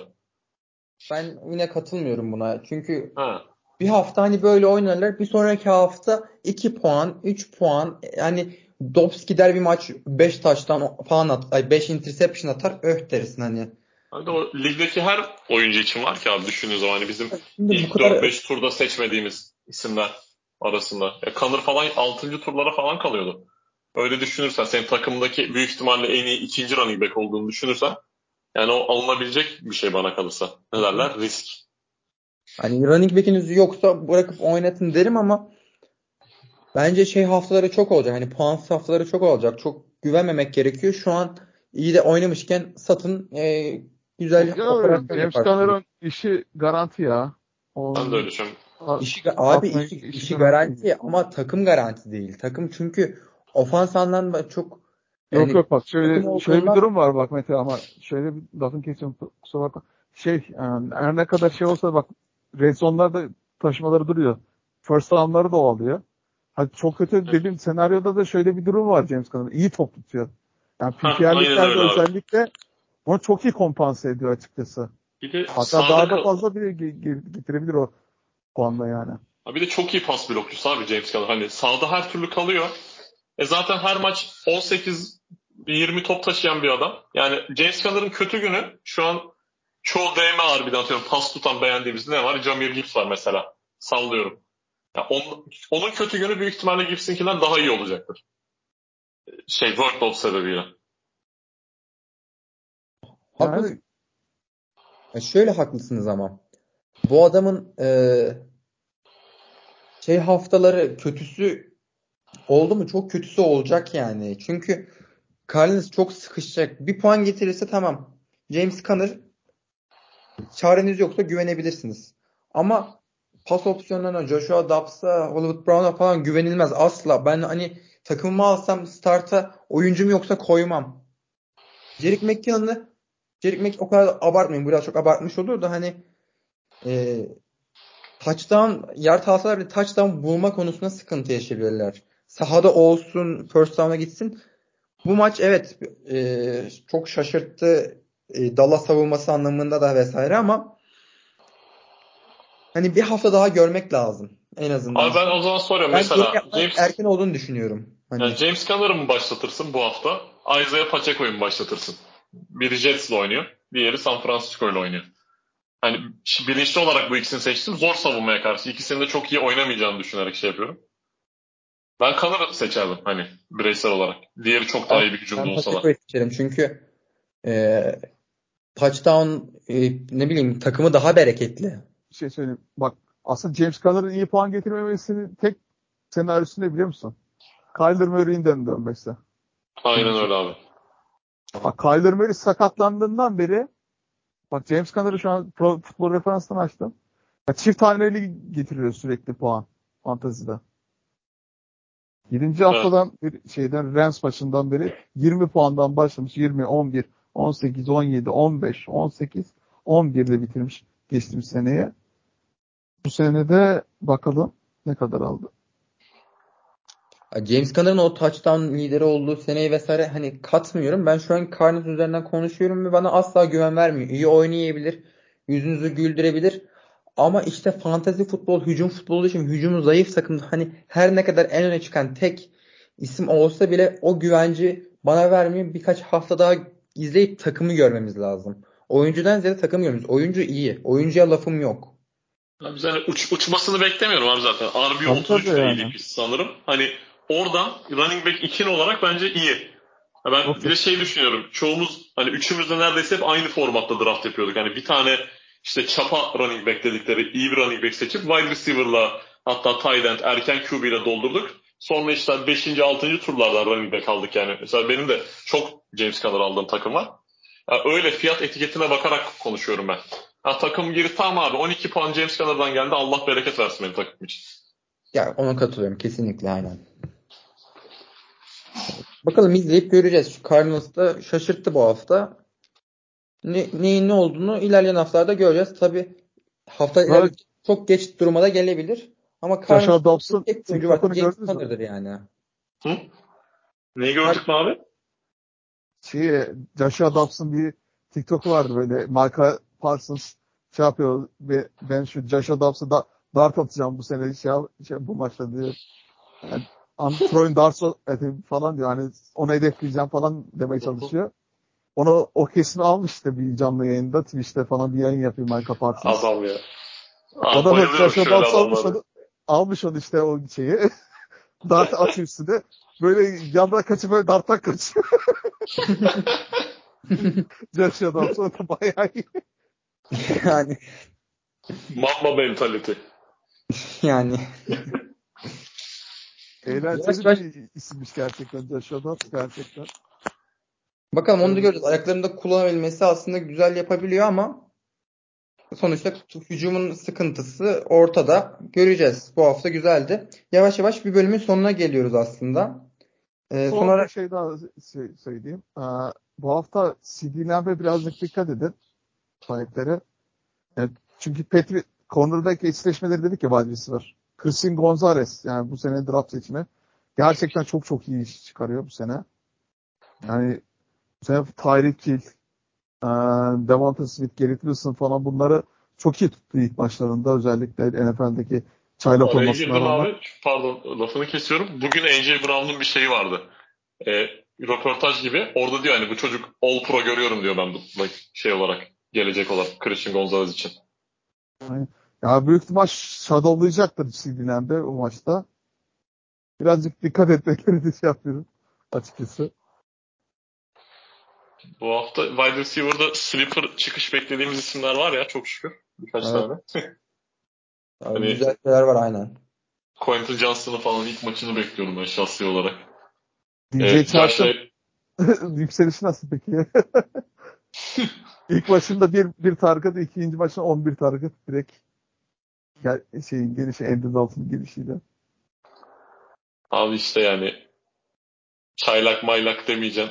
Ben yine katılmıyorum buna. Çünkü Ha. bir hafta hani böyle oynarlar. Bir sonraki hafta iki puan, üç puan. Yani Dobbs gider bir maç beş taştan falan at, ay beş interception atar. Öh dersin hani. Hani o ligdeki her oyuncu için var ki abi düşündüğün zaman hani bizim Şimdi bu ilk kadar dört beş turda seçmediğimiz isimler arasında. Ya Conner falan altıncı turlara falan kalıyordu. Öyle düşünürsen senin takımdaki büyük ihtimalle en iyi ikinci running back olduğunu düşünürsen yani o alınabilecek bir şey bana kalırsa. Ne derler? Risk. hani running back'iniz yoksa bırakıp oynatın derim ama bence şey haftaları çok olacak. Hani puansız haftaları çok olacak. Çok güvenmemek gerekiyor. Şu an iyi de oynamışken satın, e, güzel Ya, operasyon James yaparsınız. Conner'ın işi garanti ya. Ben de öyle Onun düşünüyorum. İşi, abi atma işi, işi işi garanti. garanti ama takım garanti değil. Takım çünkü ofans anlamda çok Yok yani yok bak takım şöyle şöyle bir olduğundan durum var bak Mete ama şöyle bir lafın kesiyorum kusura bakma. Şey yani her ne kadar şey olsa bak red zone'larda taşımaları duruyor. First down'ları da o alıyor. Hadi çok kötü dediğim senaryoda da şöyle bir durum var James Conner. İyi top tutuyor. Yani Hah, aynen P P R'liklerde öyle abi. özellikle bunu çok iyi kompanse ediyor açıkçası. Bir de Hatta sağda daha da kal fazla bile ge- ge- getirebilir o puanla yani. bir de çok iyi pas blokçusu abi James Conner. Hani sağda her türlü kalıyor. E zaten her maç on sekiz yirmi top taşıyan bir adam. Yani James Conner'ın kötü günü şu an çoğu D M harbiden atıyorum. Pas tutan beğendiğimiz ne var? Jahmyr Gibbs var mesela. Sallıyorum. Ya onun, onun kötü günü büyük ihtimalle Gibbs'inkinden daha iyi olacaktır. Şey workload sebebiyle. Haklısın. Yani Ya şöyle haklısınız ama. Bu adamın e, şey haftaları kötüsü oldu mu çok kötüsü olacak yani. Çünkü Cardinals çok sıkışacak. Bir puan getirirse tamam. James Conner çareniz yoksa güvenebilirsiniz. Ama pas opsiyonlarına Joshua Dobbs'a, Hollywood Brown'a falan güvenilmez asla. Ben hani takımımı alsam starta oyuncum yoksa koymam. Jerick McKinnon'ı Jerick Mc o kadar abartmayın. Biraz çok abartmış olur da hani e, touchdown yard alsalar bile touchdown bulma konusunda sıkıntı yaşayabilirler. Sahada olsun, first down'a gitsin. Bu maç evet e, çok şaşırttı. E, Dallas savunması anlamında da vesaire ama hani bir hafta daha görmek lazım en azından. Abi ben o zaman soruyorum. Ben yorum Mesela yapmak James, erken olduğunu düşünüyorum. yani Hani James Conner'ı mı başlatırsın bu hafta? Isaiah Pacheco'yu mu başlatırsın? Biri Jets'le oynuyor. Diğeri San Francisco'yla oynuyor. Hani bilinçli olarak bu ikisini seçtim. Zor savunmaya karşı. İkisinin de çok iyi oynamayacağını düşünerek şey yapıyorum. Ben Conner'ı seçerdim hani bireysel olarak. Diğeri çok daha ben, iyi bir hücumda ben olsa da. Pacheco'yu seçerim çünkü e, touchdown e, ne bileyim takımı daha bereketli. bir şey söyleyeyim. Bak aslında James Conner'ın iyi puan getirmemesinin tek senaryosu ne biliyor musun? Kyler Murray'in dön dönmesi. Aynen öyle abi. Bak Kyler Murray sakatlandığından beri bak James Conner'ı şu an Pro Football Referans'tan açtım. Ya çift haneli getiriyor sürekli puan fantezide. Yedinci Evet. haftadan bir şeyden Rams maçından beri yirmi puandan başlamış. yirmi, on bir, on sekiz, on yedi, on beş, on sekiz, on birde bitirmiş geçtiğimiz seneye. Bu sene de bakalım ne kadar aldı. James Conner'ın o touchdown lideri olduğu seneyi vesaire hani katmıyorum. Ben şu an Cardinals üzerinden konuşuyorum ve bana asla güven vermiyor. İyi oynayabilir, yüzünüzü güldürebilir. Ama işte fantezi futbol, hücum futbolu için hücumu zayıf takımda hani her ne kadar en öne çıkan tek isim olsa bile o güvenci bana vermiyor. Birkaç hafta daha izleyip takımı görmemiz lazım. Oyuncudan ziyade takım görmemiz. Oyuncu iyi. Oyuncuya lafım yok. Abi yani uç, uçmasını beklemiyorum abi zaten. R B Tabii tabii otuz üç de yani. A D P sanırım. Hani oradan running back ikili olarak bence iyi. Ha ben Çok bir de çok. şey düşünüyorum. Çoğumuz hani üçümüz de neredeyse hep aynı formatta draft yapıyorduk. Hani bir tane işte çapa running back dedikleri iyi bir running back seçip wide receiver'la hatta tight end erken Q B ile doldurduk. Sonra işte beşinci altıncı turlardan running back aldık yani. Mesela benim de çok James Conner aldığım takım var. Ya öyle fiyat etiketine bakarak konuşuyorum ben. Ha, takım geri tamam abi on iki puan James Conner'dan geldi. Allah bereket versin benim takım için. Ya ona katılıyorum kesinlikle aynen. Bakalım izleyip göreceğiz. Şu Cardinals da şaşırttı bu hafta. Ne, neyin ne olduğunu ilerleyen haftalarda göreceğiz. Tabii hafta Böyle ilerledikçe çok geç duruma da gelebilir. Ama Joshua Cardinals'ın Dobbs'ın tek oyuncu varsa TikTok'unu James gördünüz mü? Conner'dır yani. Hı? Neyi Card- gördük mü abi? Şey, Joshua Dobbs'ın bir TikTok'u vardı böyle. Micah Parsons şey yapıyor. Ve ben şu Joshua Dobbs'a da dart atacağım bu sene şey, şey bu maçta diyor. Yani, I'm throwing darts at him falan diyor. Hani onu hedefleyeceğim falan demeye çalışıyor. Onu o kesimi almış işte bir canlı yayında. Twitch'te falan bir yayın yapıyor Micah Parsons. Adam ya. O Abi da bayılıyorum Joshua şöyle Dobbs almış adamlara. onu. Almış onu işte o şeyi. Dart atıyor üstüne. Böyle yandan kaçıp böyle darttan kaçıyor. Joshua Dobbs o da bayağı iyi. yani Mamba mentality. yani yavaş Eğlenceli yavaş bir isimmiş gerçekten Joshua Dobbs gerçekten. bakalım onu da Evet. göreceğiz. Ayaklarında kullanabilmesi aslında güzel yapabiliyor ama sonuçta hücumun sıkıntısı ortada. Göreceğiz. Bu hafta güzeldi. Yavaş yavaş bir bölümün sonuna geliyoruz aslında. Ee, son Son bir olarak şey daha sö- söyleyeyim. Ee, bu hafta C D Lamb'e birazcık dikkat edin sahiplere. Yani çünkü Petri cornerback eşleşmeleri dedik ya wide receiver. Christian Gonzalez yani bu sene draft seçimi. Gerçekten çok çok iyi iş çıkarıyor bu sene. Yani bu sene Tyreek Hill, e, Devonta Smith, Garrett Wilson falan bunları çok iyi tuttu ilk başlarında özellikle N F L'deki çaylak Araya olmasına girdim rağmen. abi. Pardon lafını kesiyorum. Bugün A J Brown'un bir şeyi vardı. E, röportaj gibi. Orada diyor hani bu çocuk All Pro görüyorum diyor ben bu şey olarak. gelecek olarak Christian Gonzalez için. Yani, ya büyük ihtimal shadowlayacaktır C D Lamb'de o maçta. Birazcık dikkat etmekleri de şey yapıyorum açıkçası. Bu hafta wide receiver'da sleeper çıkış beklediğimiz isimler var ya çok şükür. Birkaç Evet. tane. Abi Hani- güzel şeyler var aynen. Quentin Johnston'ın falan ilk maçını bekliyorum ben şahsi olarak. D Ee, J Josh Chark'ın Ray- yükselişi nasıl peki? İlk maçında bir, bir target, ikinci maçında on bir target direkt gel, şeyin gelişi, Andy Dalton'ın gelişiyle. Abi işte yani çaylak maylak demeyeceğim.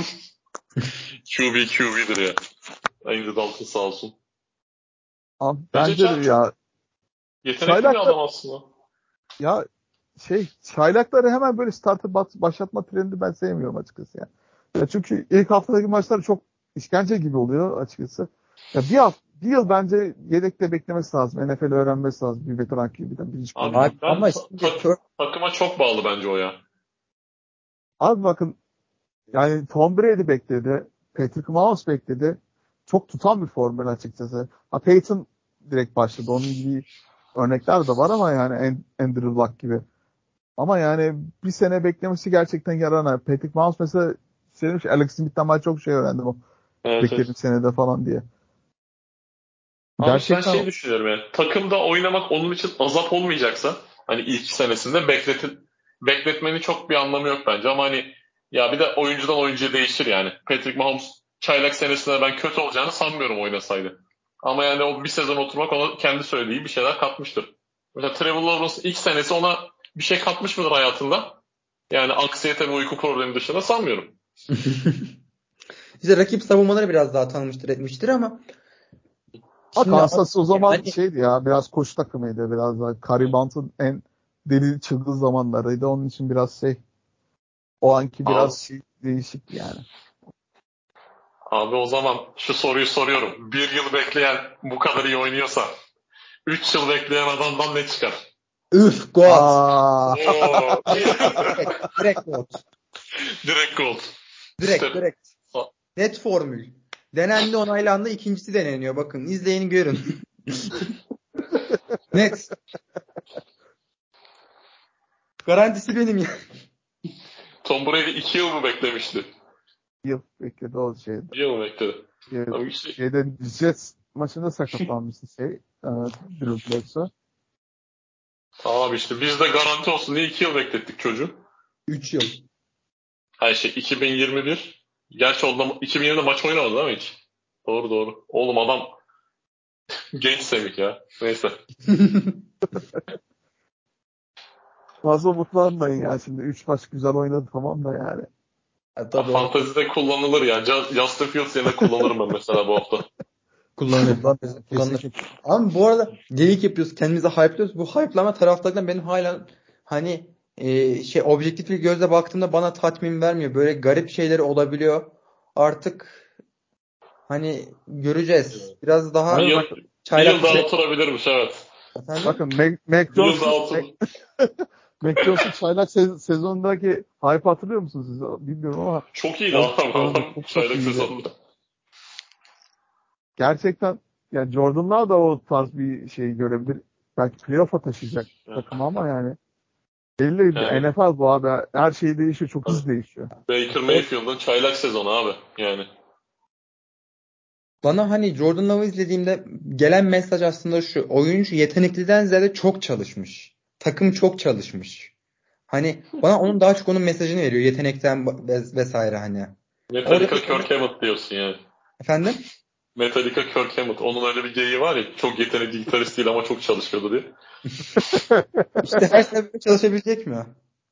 Q B Q B'dir ya. Andy Dalton sağ olsun. Abi, Bence bence de Chark ya yetenekli bir Çaylaklar- adam aslında. ya şey çaylakları hemen böyle startı bat, başlatma trendini ben sevmiyorum açıkçası ya. Ya çünkü ilk haftadaki maçlar çok işkence gibi oluyor açıkçası. Ya bir hafta, bir yıl bence yedekte beklemesi lazım. N F L öğrenmesi lazım bir veteran Q B'den. Birinci Abi konu. Abi, ben ama ta- şimdi ta- Kirk- takıma çok bağlı bence o ya. Abi bakın yani Tom Brady bekledi. Patrick Mahomes bekledi. Çok tutan bir formül açıkçası. Ha, Peyton direkt başladı. Onun gibi örnekler de var ama yani An- Andrew Luck gibi. Ama yani bir sene beklemesi gerçekten yararına. Patrick Mahomes mesela söylemiş Alex Smith'ten ben çok şey öğrendim o Evet, beklediğim evet. senede falan diye. Abi ben Gerçekten şey düşünüyorum yani. Takımda oynamak onun için azap olmayacaksa hani ilk senesinde bekletin bekletmenin çok bir anlamı yok bence ama hani ya bir de oyuncudan oyuncuya değişir yani. Patrick Mahomes çaylak senesinde ben kötü olacağını sanmıyorum oynasaydı. Ama yani o bir sezon oturmak ona kendi söylediği bir şeyler katmıştır. Mesela Trevor Lawrence ilk senesi ona bir şey katmış mıdır hayatında? Yani anksiyete ve uyku problemi dışında sanmıyorum. İşte rakip savunmaları biraz daha tanımıştır etmiştir ama Ha, şimdi Kansas o zaman yani şeydi ya biraz koç takımıydı biraz daha. Kareem Hunt'ın en deli çılgın zamanlarıydı. Onun için biraz şey o anki biraz Abi, şey değişik yani. abi o zaman şu soruyu soruyorum. Bir yıl bekleyen bu kadar iyi oynuyorsa üç yıl bekleyen adamdan ne çıkar? üf God. Aa, Oo. Direkt, direkt God. Direkt gold. Direkt İşte direkt. Net formül. Denendi onaylandı ikincisi deneniyor. Bakın izleyin görün. Net. Garantisi benim ya. Tom Brady iki yıl mı beklemişti? yıl bekledi o şeydi. Bir yıl mı bekledi? Şey, Abi işte şeyde Jets maçında sakatlanmıştı şey. E, Drew Bledsoe. tamam abi işte biz de garanti olsun diye iki yıl beklettik çocuğu. üç yıl. Her şey iki bin yirmi bir. Gerçi onda iki bin yirmide maç oynamadı değil mi hiç? Doğru doğru. Oğlum adam genç Semih ya. Neyse. Fazla umutlanmayın ya şimdi. Üç maç güzel oynadı tamam da yani. Ha, Ha, tabii o fantezide kullanılır ya. Just- Justin Fields yerine kullanırım ben mesela bu hafta. kullanılır. Kullanılır. kullanılır. Ama bu arada geyik yapıyoruz. Kendimize hype'lıyoruz. Bu hype'lama taraftarlardan benim hala hani e, şey objektif bir gözle baktığımda bana tatmin vermiyor. Böyle garip şeyleri olabiliyor. Artık hani göreceğiz. Biraz daha Bir Abi yıl, bak, bir çaylak yıl bir daha şey. oturabilirmiş evet. Efendim? bakın Mac, Mac Bir yıl daha Jones'un otur. Mac, Mac Jones'un çaylak se- sezonundaki hype hatırlıyor musunuz siz? Bilmiyorum ama Çok iyiydi o adam. dönemde Adam çok çok çaylak iyiydi. sezonunda. Gerçekten yani Jordan'lar da o tarz bir şey görebilir. Belki playoff'a taşıyacak takım ama yani belli Yani N F L bu abi. Her şey değişiyor. Çok tabii. hızlı değişiyor. Baker O, Mayfield'ın çaylak sezonu abi. Yani. bana hani Jordan Love'ı izlediğimde gelen mesaj aslında şu. Oyuncu yetenekliden ziyade çok çalışmış. Takım çok çalışmış. Hani bana onun daha çok onun mesajını veriyor. Yetenekten ve- vesaire hani. Orada Metallica bir Kirk Hammett diyorsun yani. efendim? Metallica Kirk Hammett. Onun öyle bir geyiği var ya. Çok yetenekli gitarist değil ama çok çalışıyordu diye. İşte her sebeple çalışabilecek mi?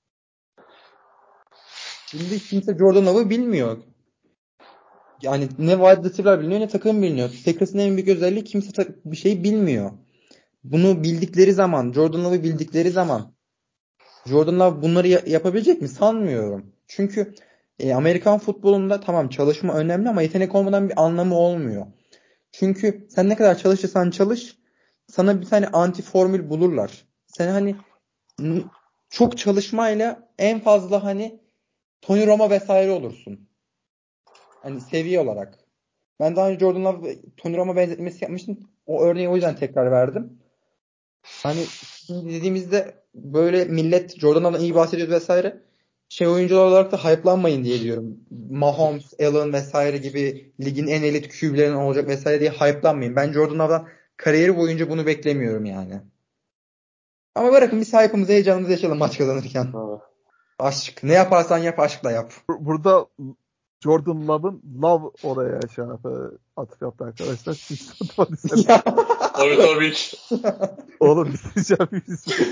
Şimdi kimse Jordan Love'ı bilmiyor. Yani ne wide receiver biliniyor ne takım biliniyor. Packers'ın en büyük özelliği kimse ta- bir şey bilmiyor. Bunu bildikleri zaman, Jordan Love'ı bildikleri zaman Jordan Love bunları ya- yapabilecek mi? Sanmıyorum. Çünkü e, Amerikan futbolunda tamam çalışma önemli ama yetenek olmadan bir anlamı olmuyor. Çünkü sen ne kadar çalışırsan çalış sana bir tane anti formül bulurlar. Sen hani n- çok çalışmayla en fazla hani Tony Roma vesaire olursun. Hani seviye olarak. Ben daha önce Jordan Love Tony Romo benzetmesi yapmıştım. O örneği o yüzden tekrar verdim. Hani şimdi dediğimizde böyle millet Jordan Love'dan iyi bahsediyor vesaire. Şey oyuncular olarak da hype'lanmayın diye diyorum. Mahomes, Allen vesaire gibi ligin en elit Q B'lerinin olacak vesaire diye hype'lanmayın. Ben Jordan Love'dan kariyeri boyunca bunu beklemiyorum yani. Ama bırakın biz hype'ımızı, heyecanımızı yaşayalım maç kazanırken. Evet. Aşk. Ne yaparsan yap, aşkla yap. Bur- Burada Jordan Love'ın Love oraya şey yapı atıf yaptı arkadaşlar. Siz otomatik- Ya. Tabii tabii hiç. Oğlum bitireceğim bizi.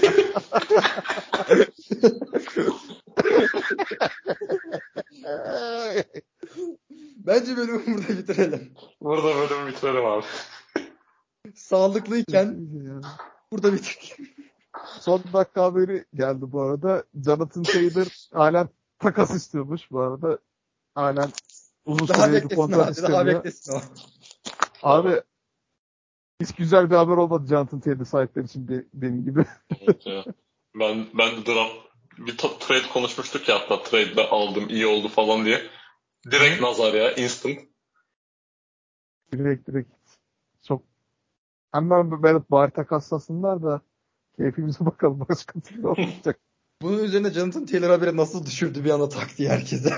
Bence bölümü burada bitirelim. Burada bölümü bitirelim abi. Sağlıklıyken burada bitirelim. Son dakika haberi geldi bu arada. Jonathan Taylor halen takas istiyormuş bu arada. Halen uzun Daha süreli bir beklesin kontrat abi. Daha istemiyor. beklesin o. Abi hiç güzel bir haber olmadı Jonathan Taylor sahipleri için be- benim gibi. Evet ya. Ben ben de draft bir ta- trade konuşmuştuk ya, hatta trade'de aldım iyi oldu falan diye. Direkt nazar ya, instant. Direkt direkt çok hemen böyle bari takaslasınlar da keyfimize bakalım başka türlü olmayacak. Bunun üzerine Jonathan Taylor haberi nasıl düşürdü bir anda taktiği herkese.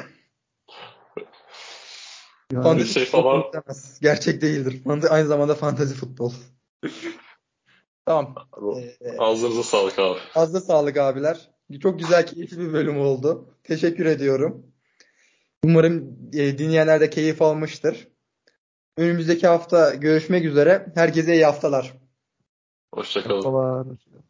Yani Fantezi şey futbol falan- demez. Gerçek değildir. Fante- Aynı zamanda fantezi futbol. Tamam. Ee, Ağzınıza sağlık abi. Fazla sağlık abiler. Çok güzel, keyifli bir bölüm oldu. Teşekkür ediyorum. Umarım e, dinleyenler de keyif almıştır. Önümüzdeki hafta görüşmek üzere. Herkese iyi haftalar. Hoşçakalın. Kafalar.